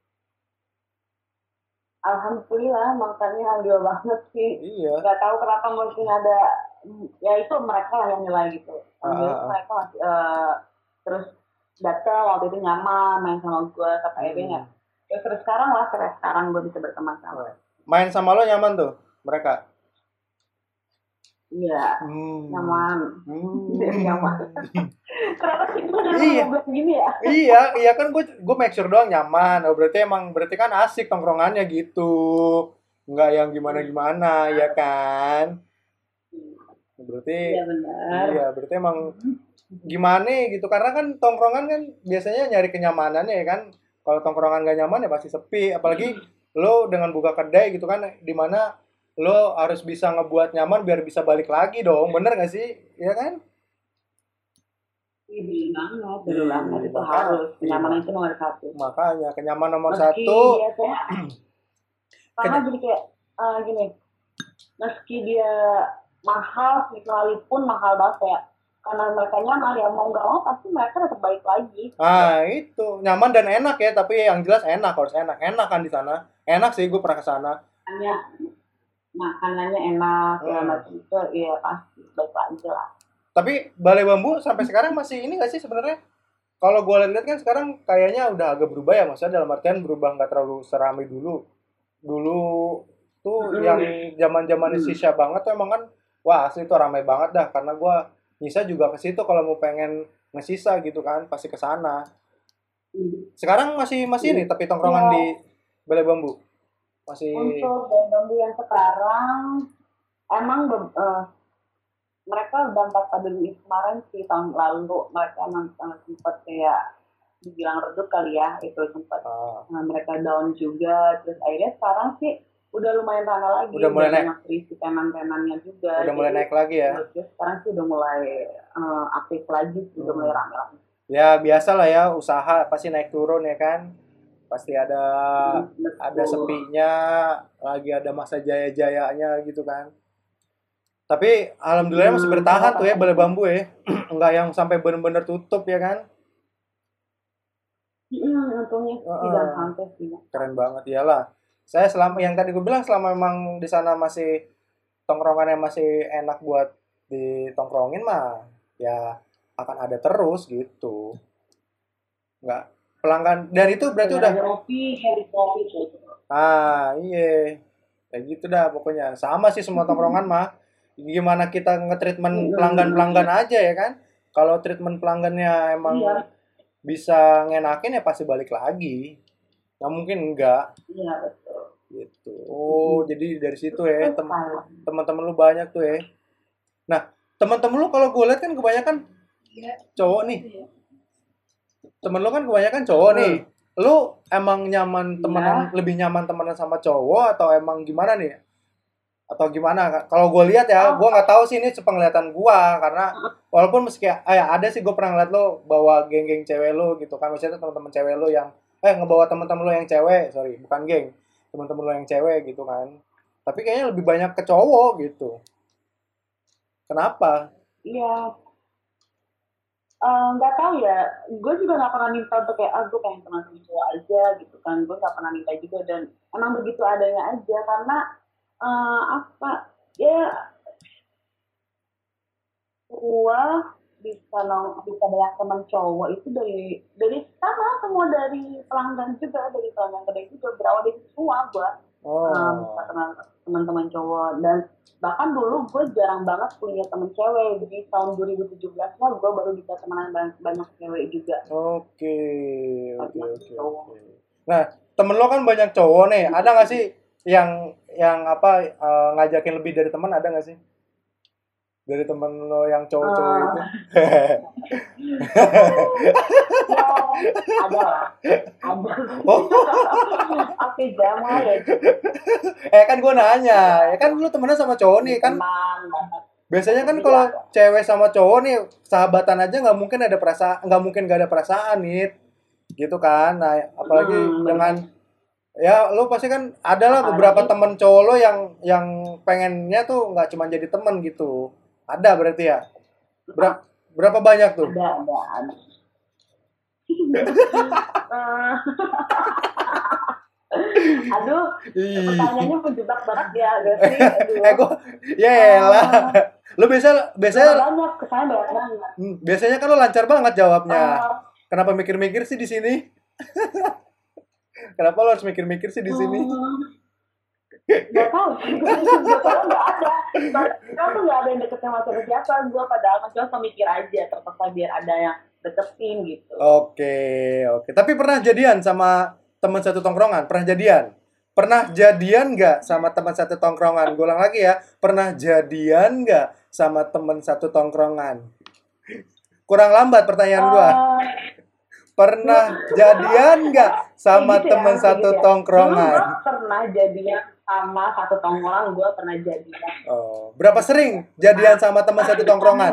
Alhamdulillah, makanya alhamdulillah banget sih. Iya. Gak tahu kenapa mungkin ada, ya itu mereka lah yang nilai gitu. Alhamdulillah ah. mereka masih uh, terus datang waktu itu nyaman main sama gue, kata hmm. Ebe ya terus sekarang lah, terus sekarang gue bisa berteman sama. Main sama lo nyaman tuh mereka? Iya, hmm. nyaman. Hmm. nyaman. Kenapa sih gue iya. ngomong gini ya? iya, iya kan gue gue make sure doang nyaman. Oh, berarti emang berarti kan asik tongkrongannya gitu. Enggak yang gimana-gimana, ya kan? Berarti iya benar. Iya, berarti emang gimana gitu. Karena kan tongkrongan kan biasanya nyari kenyamanannya ya kan. Kalau tongkrongan gak nyaman ya pasti sepi. Apalagi lo dengan buka kedai gitu kan, dimana lo harus bisa ngebuat nyaman biar bisa balik lagi dong. Bener gak sih? Iya kan? Iya banget, bener banget. Itu harus. Kenyamanan itu nomor satu. Makanya, kenyamanan nomor meski satu. Dia kayak, karena jadi kayak uh, gini, meski dia mahal, sekalipun mahal banget ya. Karena mereka nyaman, ya mau nggak mau pasti mereka tetap balik lagi. Ah itu nyaman dan enak ya, tapi yang jelas enak, harus enak, enak kan di sana. Enak sih, gue pernah kesana. Makanannya, makanannya enak, hmm. ya macam itu, ya pasti baik lagi lah. Tapi Balai Bambu sampai sekarang masih ini nggak sih sebenarnya? Kalau gue lihat kan sekarang kayaknya udah agak berubah ya, maksudnya dalam artian berubah nggak terlalu seramai dulu. Dulu tuh hmm. yang zaman-zaman hmm. sisa banget tuh emang kan, wah asli tuh ramai banget dah, karena gue Nisa juga ke situ kalau mau pengen ngesisa gitu kan, pasti ke sana. Sekarang masih masih ini tapi tongkrongan ya. Di Balai Bambu. Masih untuk Balai Bambu yang sekarang emang uh, mereka udah empat pandemi kemarin sih, tahun lalu mereka emang sangat sempat kayak dibilang redup kali ya, itu sempat ah. nah, mereka down juga. Terus akhirnya sekarang sih udah lumayan ramai lagi, udah mulai naik isi teman-temannya juga, udah mulai naik lagi ya. Sekarang sih udah mulai uh, aktif lagi, hmm. udah mulai ramai lagi. Ya biasa lah ya, usaha pasti naik turun ya kan, pasti ada hmm, ada sepinya, lagi ada masa jaya-jayanya gitu kan. Tapi alhamdulillah hmm, masih bertahan tuh ya Balai Bambu ya, enggak yang sampai benar-benar tutup ya kan. Hmm, untungnya uh, tidak sampai sih. Keren banget, iyalah. Saya selama yang tadi gue bilang, selama memang di sana masih tongkrongannya masih enak buat ditongkrongin mah ya akan ada terus gitu. Enggak pelanggan dan itu berarti udah kopi, kopi ah iya kayak gitu dah pokoknya. Sama sih semua tongkrongan mah, gimana kita nge-treatment pelanggan-pelanggan aja ya kan. Kalau treatment pelanggannya emang iya. bisa ngenakin ya pasti balik lagi. Nggak mungkin enggak. Iya betul. Gitu. Oh, hmm. jadi dari situ ya tem- teman-teman lu banyak tuh ya. Nah, teman-teman lu kalau gue lihat kan kebanyakan ya. cowok nih. Ya. Temen lu kan kebanyakan cowok hmm. nih. Lu emang nyaman temenan, ya. lebih nyaman temenan sama cowok atau emang gimana nih? Atau gimana? Kalau gue lihat ya, gue nggak tahu sih ini sepenglihatan gue karena walaupun meski ah, ya ada sih gue pernah ngeliat lo bawa geng-geng cewek lo gitu kan, maksudnya teman-teman cewek lo yang eh ngebawa teman-teman lo yang cewek, sorry bukan geng, teman-teman lo yang cewek gitu kan. Tapi kayaknya lebih banyak ke cowok gitu. Kenapa? Iya. Nggak uh, tahu ya. Gue juga nggak pernah minta untuk kayak ah gue pengen teman sama cowok aja gitu kan. Gue nggak pernah minta juga dan emang begitu adanya aja karena Uh, apa ya gua bisa nong bisa banyak teman cowok itu dari dari sama semua dari pelanggan juga dari pelanggan kedai juga berawal dari semua gua oh. uh, bisa kenal teman-teman cowok dan bahkan dulu gue jarang banget punya teman cewek di tahun dua ribu tujuh belas lah gue baru bisa temenan banyak, banyak cewek juga. Oke oke oke. Nah temen lo kan banyak cowok nih, ada nggak sih yang yang apa uh, ngajakin lebih dari teman, ada nggak sih dari temen lo yang cowok-cowok uh. itu? Ya, ada lah, ada. Oh. Oke jamal ya. Eh kan gue nanya, ya kan lu temenan sama cowok nih kan? Biasanya kan kalau cewek sama cowok nih sahabatan aja nggak mungkin ada perasaan, nggak mungkin nggak ada perasaan nih, gitu kan? Nah apalagi hmm, dengan ya lo pasti kan adalah beberapa temen cowok lo yang yang pengennya tuh nggak cuma jadi temen gitu, ada berarti ya? Ber- berapa banyak tuh? Ada ada ada. Aduh, pertanyaannya menjebak banget ya, gak sih? Aduh. Eh gua, ya lah. Lo biasa biasanya banyak kesana banyak banget. Hmm, biasanya kan lo lancar banget jawabnya. Uh, Kenapa mikir-mikir sih di sini? Kenapa lo harus mikir-mikir sih di sini? Hmm, gak tau, gak tau gak ada. Kita tuh gak ada yang deket sama siapa-siapa. Gue padahal cuma pemikir aja, terpaksa biar ada yang deketin gitu. Oke, oke. Tapi pernah jadian sama teman satu tongkrongan? Pernah jadian? Pernah jadian gak sama teman satu tongkrongan? Gue ulang lagi ya. Pernah jadian gak sama teman satu tongkrongan? Kurang lambat pertanyaan gue. Uh, Pernah jadian nggak sama gitu teman ya, satu gitu ya. tongkrongan? Gue pernah jadian sama satu tongkrongan, gue pernah jadian. Oh, berapa sering jadian sama teman satu tongkrongan?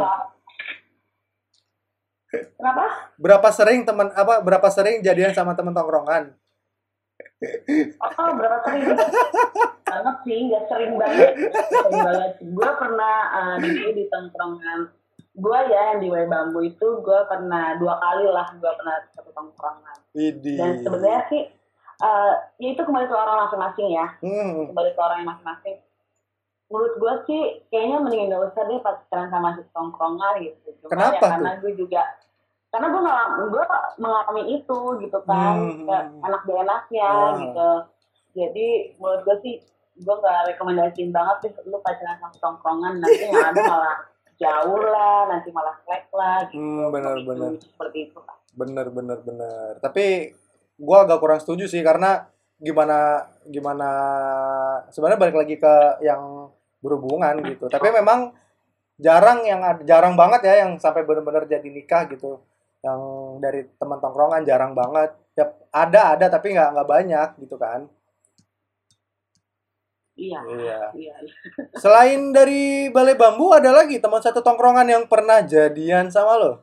Kenapa? Berapa sering teman apa? Berapa sering jadian sama teman tongkrongan? Oh, berapa sering? Banget sih, nggak sering banget. Sering banget. Gue pernah uh, di di tongkrongan. Gue ya yang di W Bambu itu gue pernah dua kali lah gue pernah satu tongkrongan. Dan sebenarnya sih uh, ya itu kembali ke orang masing-masing ya. Hmm. Kembali ke orang yang masing-masing. Menurut gue sih kayaknya mendingan gak usah deh pacaran sama satu tongkrongan gitu. Cuma Kenapa ya karena gue juga karena gue ngalam, gue mengalami itu gitu kan, hmm. anak dia enaknya hmm. gitu. Jadi menurut gue sih gue nggak rekomendasiin banget sih lu pacaran sama tongkrongan, nanti yang ada malah jauh lah, nanti malah slack lah gitu. Hmm, benar benar. Seperti itu kan. Benar benar benar. Tapi gue agak kurang setuju sih karena gimana gimana sebenarnya balik lagi ke yang berhubungan gitu. Tapi memang jarang yang jarang banget ya yang sampai benar-benar jadi nikah gitu. Yang dari teman tongkrongan jarang banget. Ya, ada ada tapi nggak nggak banyak gitu kan. Iya, iya. iya. Selain dari Balai Bambu ada lagi teman satu tongkrongan yang pernah jadian sama lo?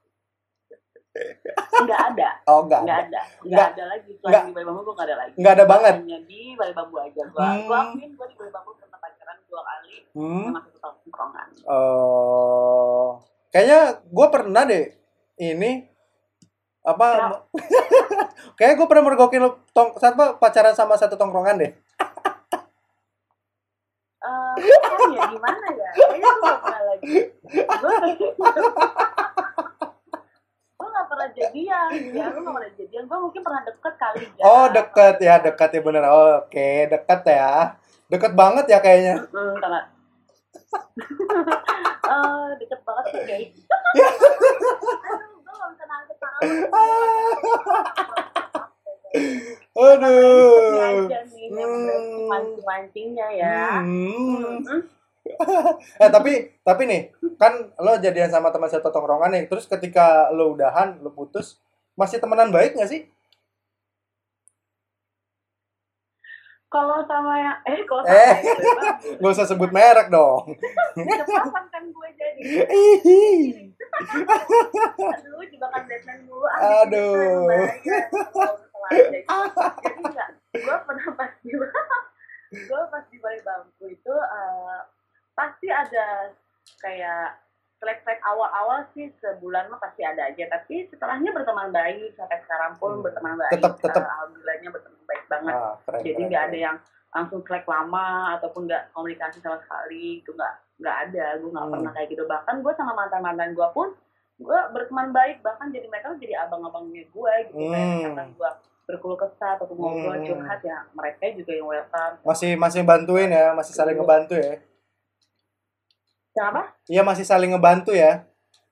Enggak ada. Oh, enggak. Enggak ada. Enggak ada lagi. Selain enggak. Di Balai Bambu gue enggak ada lagi. Enggak ada banget. Hanya di Balai Bambu aja. Gua hmm. gua akuin gua di Balai Bambu pernah pacaran dua kali hmm. sama satu tongkrongan. Oh. Uh, kayaknya gue pernah deh ini apa ya. Kayaknya gue pernah mergokin tong apa pacaran sama satu tongkrongan deh. Uh, kan ya gimana ya? Kayaknya gue gak pernah lagi. Gue gue gak pernah jadian. Ya, gue gak pernah jadian. Gue mungkin pernah deket kali. Ya. Oh, deket ya, deket ya bener. Oh, oke, okay. Deket ya. Deket banget ya kayaknya. Mm, karena Eh, deket banget sih guys. Aduh, gue gak bisa nangkep Aduh. Ini aja nih yang berarti mancing-mancingnya ya. Hmm. eh tapi tapi nih kan lo jadian sama teman satu tongkrongan nih, terus ketika lo udahan, lo putus, masih temenan baik nggak sih? Kalau sama yang eh kalau sama Eh, yang gue bang, nggak usah sebut merek dong. kapan kan gue jadi. Aduh, jebakan Batman dulu. Aduh. Jadi enggak, gue pernah pas di gue pas di balik bangku itu uh, pasti ada kayak flek-flek awal-awal sih, sebulan mah pasti ada aja, tapi setelahnya berteman baik sampai sekarang pun berteman baik. Tetap tetap. Uh, alhamdulillahnya berteman baik banget. Ah, keren, jadi keren, nggak keren. ada yang langsung flek lama ataupun nggak komunikasi sama sekali, itu nggak nggak ada. Gue nggak Hmm. pernah kayak gitu. Bahkan gue sama mantan-mantan gue pun gue berteman baik, bahkan jadi mereka jadi abang-abangnya gue gitu. Hmm. Kayak misalkan gue berkeluh kesah atau ngobrol Hmm. curhat ya, mereka juga yang welcome. Masih masih bantuin ya, masih saling ngebantu ya. Kenapa? Iya, masih saling ngebantu ya.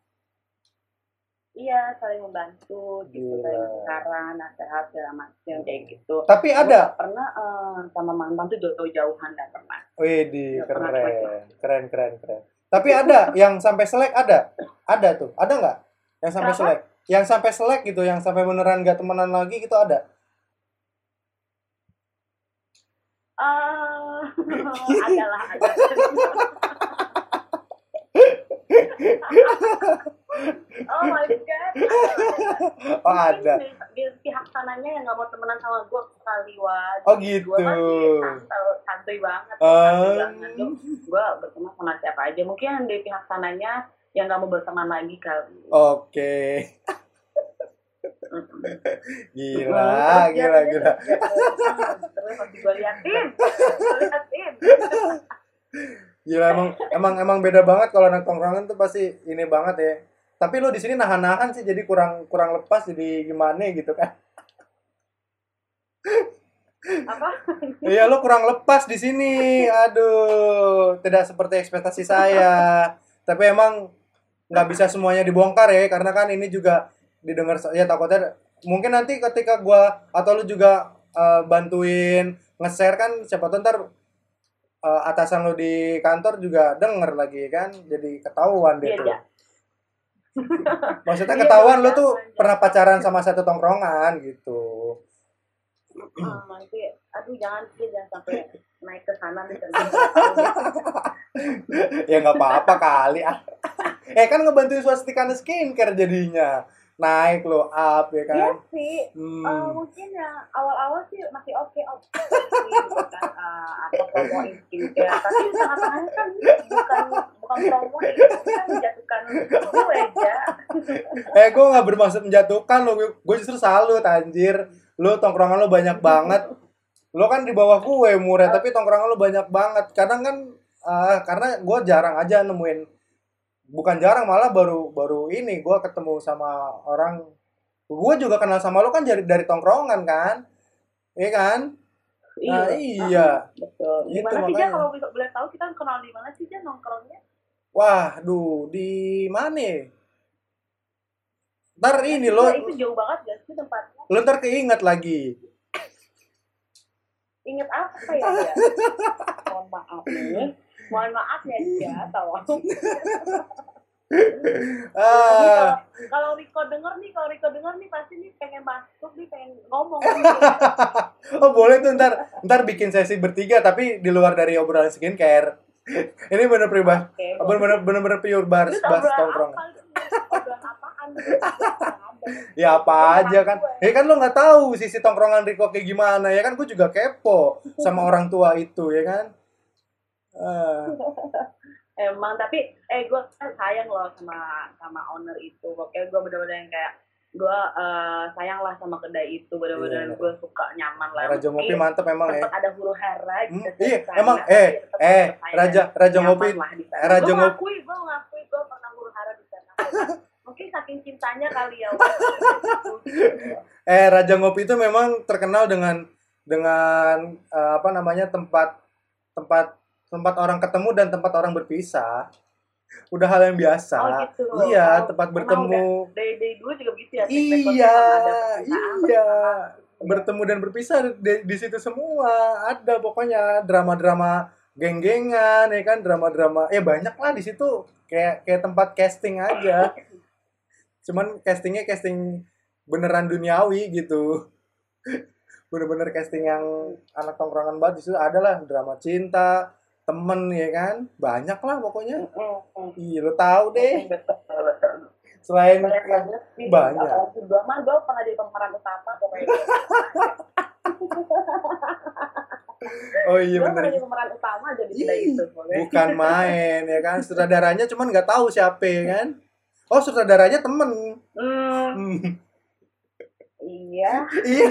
Iya, saling membantu gitu, Gila. kayak sekarang nasihat segala macam kayak gitu. Tapi Gue ada. nggak pernah eh, sama mantan tuh jauh-jauhan, nggak pernah. Wih, di Nggak pernah keren, cuek. keren, keren, keren. Tapi ada yang sampai selek, ada, ada tuh, ada nggak? Yang sampai Kenapa? selek, yang sampai selek gitu, yang sampai beneran nggak temenan lagi gitu ada. Eh, adalah ada. Oh my god. Oh, ada. Di, di pihak sananya yang nggak mau temenan sama gue kali wah. Oh, gitu. Gue masih santai, santai banget. Um. Santai banget. Gue berteman sama siapa aja. Mungkin yang di pihak sananya yang nggak mau berteman lagi kali. Oke. Gila, gila, gila. Terus masih gue liatin, gue liatin. Gila, emang emang emang beda banget kalau anak tongkrongan tuh pasti ini banget ya. Tapi lo di sini nahan-nahan sih, jadi kurang kurang lepas, jadi gimana gitu kan? Apa? Iya, lo kurang lepas di sini. Aduh, tidak seperti ekspektasi saya. Tapi emang nggak bisa semuanya dibongkar ya, karena kan ini juga didengar ya, takutnya mungkin nanti ketika gua atau lu juga uh, bantuin nge-share kan, siapa tahu ntar uh, atasan lu di kantor juga denger lagi kan, jadi ketahuan deh Iya, tuh. iya. Maksudnya Iya, ketahuan iya, lu tuh iya. pernah pacaran sama satu tongkrongan gitu. Ah, nanti, aduh jangan sih, jangan sampai naik ke sana nih. Ya nggak apa-apa kali ah. Eh kan ngebantuin Swastika Skincare jadinya naik lo up ya kan. Iya sih, Hmm. uh, mungkin ya awal-awal sih masih oke oke gitu kan, uh, atau promoin skincare, tapi di tengah-tengahnya kan bukan bukan promoin, kan menjatuhkan gue aja. Eh gue nggak bermaksud menjatuhkan lo, gue justru salut anjir. Lo tongkrongan lo banyak banget. Lo kan di bawah gue umurnya, tapi tongkrongan lo banyak banget. Kadang kan uh, karena gue jarang aja nemuin, bukan jarang, malah baru baru ini gue ketemu sama orang. Gue juga kenal sama lo kan dari dari tongkrongan kan, iya kan? Nah, iya. Betul. Di Itu mana sih makanya. Jan, kalau bisa boleh tahu kita kenal di mana sih Jan nongkrongnya? Wah, duh, di mana? ya? Ntar ini Itu- lo, itu jauh banget gak sih tempatnya? lo ntar keinget lagi. Ingat apa ya ya? Mohon maaf nih. Mohon maaf ya dia, tolong. Ah, Kalau Riko denger nih, kalau Riko denger nih pasti nih pengen masuk nih, pengen ngomong. oh boleh tuh ntar ntar bikin sesi bertiga tapi di luar dari obrolan skincare. Ini bener pribadi, Oke. bener bener bener pure bar Terus bahas obrolan tongkrong. apa? Obrolan apaan? Ya apa aja kan? Ya kan lo nggak tahu sisi tongkrongan Riko kayak gimana ya kan? Gue juga kepo sama orang tua itu ya kan. Ah. Emang, tapi eh gue sayang loh sama sama owner itu. Pokoknya gue bener-bener yang kayak gue uh, sayang lah sama kedai itu. Bener-bener Iya. gue suka, nyaman lah. Raja Ngopi mantep emang ya. Tempat ada huru hara gitu. Hmm, iya, di sana, emang, tapi eh, tetap eh, saya Raja Raja nyaman Ngopi, lah di sana. eh, Raja Gue Ngopi, ngakui, gue ngakui gue pernah huru hara di sana. Mungkin saking cintanya kali ya. eh Raja Ngopi itu memang terkenal dengan dengan eh, apa namanya tempat tempat tempat orang ketemu dan tempat orang berpisah. Udah hal yang biasa. Oh gitu. Iya, Oh, tempat emang bertemu. udah dari, dari dulu juga begitu ya. Iya, iya. Sama. Bertemu dan berpisah di, di situ semua. Ada pokoknya drama-drama geng-gengan ya kan, drama-drama. Ya banyak lah di situ. Kayak kayak tempat casting aja. Cuman castingnya casting beneran duniawi gitu. Bener-bener casting yang anak tongkrongan banget. Di situ ada lah drama cinta, temen ya kan, banyak lah pokoknya. Iya, lo tahu deh. Selain banyak yang banget sih. banyak. Apalagi gue mah gue pernah jadi pemeran utama pokoknya. Oh iya Gue bener. pernah jadi pemeran utama jadi Ih, tidak itu pokoknya. bukan main ya kan, sutradaranya cuman nggak tahu siapa ya kan. Oh, sutradaranya temen. Hmm, Hmm. iya. Iya.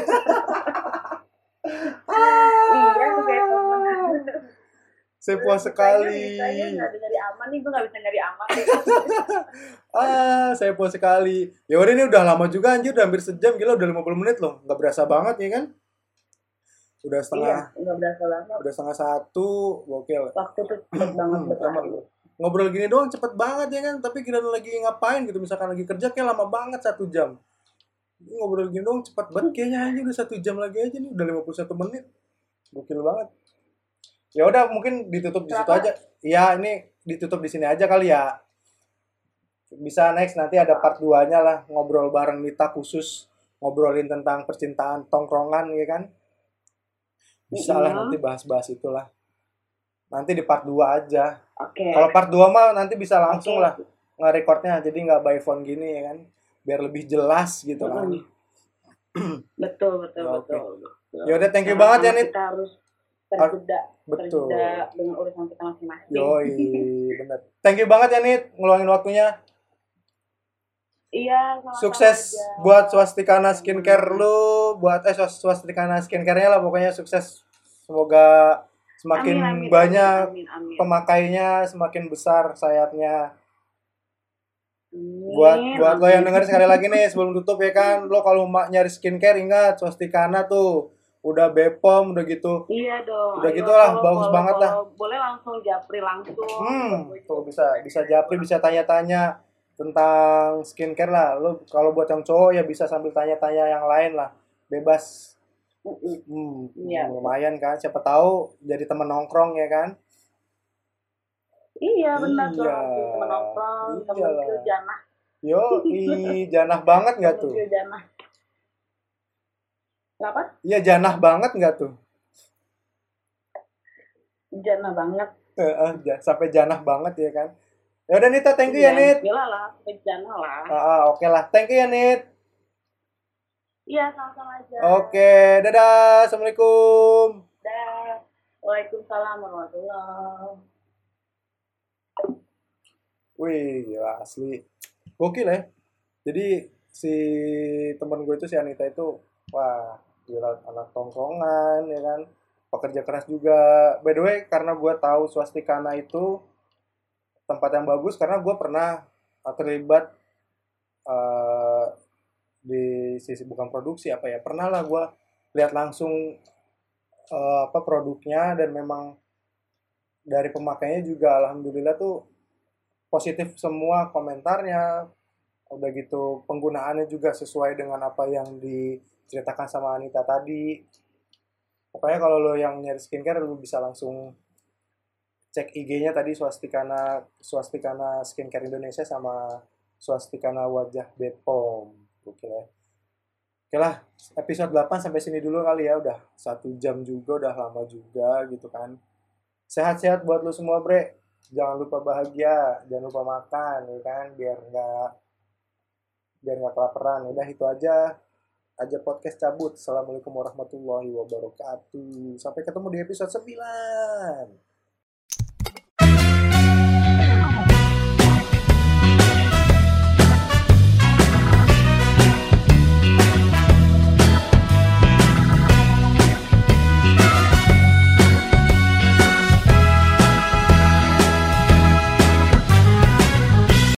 Iya tuh kayak temen. Saya puas sekali. Saya nggak bisa nyari aman nih, gue nggak bisa nyari aman. Ah, saya puas sekali. Ya udah, ini udah lama juga anjir, udah hampir sejam, gila udah lima puluh menit loh. Nggak berasa banget ya kan? Udah setengah, Iya, nggak berasa lama. udah setengah satu, gokil. Waktu tuh cepet banget Hmm, betul. emang. Ngobrol gini doang cepet banget ya kan, tapi kira lagi ngapain gitu, misalkan lagi kerja kayak lama banget satu jam. Ini ngobrol gini doang cepet banget kayaknya aja, udah satu jam lagi aja nih, udah lima puluh satu menit. Gokil banget. Ya udah, mungkin ditutup di situ Kenapa? aja. Iya, ini ditutup di sini aja kali ya. Bisa next nanti ada part dua-nya lah, ngobrol bareng Nita khusus ngobrolin tentang percintaan tongkrongan ya kan. Bisa lah Iya. nanti bahas-bahas itulah. Nanti di part dua aja. Oke. Kalau part dua mah nanti bisa langsung Oke. lah nge-recordnya, jadi nggak by phone gini ya kan. Biar lebih jelas gitu kan. Mm-mm. Betul, betul, Oke. betul, betul. Ya udah, thank you Karena banget ya, Nit. Kita harus terjeda, Betul. terjeda dengan urusan kita masing-masing. Yoi, bener. Thank you banget ya, Nit, ngeluangin waktunya. Iya, sama-sama Sukses aja. buat Swastikana Skincare lu, buat eh Swas- Swastikana Skincare-nya lah pokoknya sukses. Semoga semakin Amin, amin, banyak amin, amin. pemakainya, semakin besar sayapnya. Amin, Buat buat lo yang amin. denger sekali lagi nih sebelum tutup ya kan, lo kalau mau nyari skincare ingat Swastikana tuh udah B P O M udah gitu. Iya dong. Udah ayo, gitu lah, follow, bagus follow, banget lah. follow. Boleh langsung japri langsung. Hmm, tuh bisa bisa japri, bisa tanya-tanya tentang skincare lah. Lo kalau buat yang cowok ya bisa sambil tanya-tanya yang lain lah, bebas. Mm-mm. Hmm, Iya. lumayan kan, siapa tahu jadi temen nongkrong ya kan. Iya benar Iya. tuh. Temen nongkrong, temen Iyalah. kecil janah. Yo, ih, janah banget nggak Temen tuh? kecil janah. Kenapa? Iya, janah banget nggak tuh? Janah banget. Eh, eh, ja- sampai janah banget ya kan. Ya udah Nita, thank you ya Nit. Gila lah, sampai janah lah. Ah, ah, oke lah, thank you ya Nit. Iya, sama-sama aja. Oke, dadah, assalamualaikum. Dah. Waalaikumsalam warahmatullahi. Wih, gila asli. Gokil ya. Jadi si temen gue itu, si Anita itu, wah, gila anak tongkrongan ya kan. Pekerja keras juga. By the way, karena gue tahu Swastikana itu tempat yang bagus karena gue pernah uh, terlibat uh, di sisi bukan produksi apa ya. Pernah lah gue lihat langsung uh, apa produknya, dan memang dari pemakainya juga alhamdulillah tuh positif semua komentarnya. Udah gitu penggunaannya juga sesuai dengan apa yang diceritakan sama Anita tadi. Pokoknya kalau lo yang nyari skincare, lo bisa langsung cek I G-nya tadi, Swastikana Swastikana Skincare Indonesia sama Swastikana Wajah B P O M. Oke lah. Oke lah, episode delapan sampai sini dulu kali ya. Udah satu jam juga, udah lama juga gitu kan. Sehat-sehat buat lo semua, bre. Jangan lupa bahagia, jangan lupa makan, ya kan, biar nggak biar nggak kelaparan. Udah itu aja. Aja podcast cabut. Assalamualaikum warahmatullahi wabarakatuh. Sampai ketemu di episode sembilan.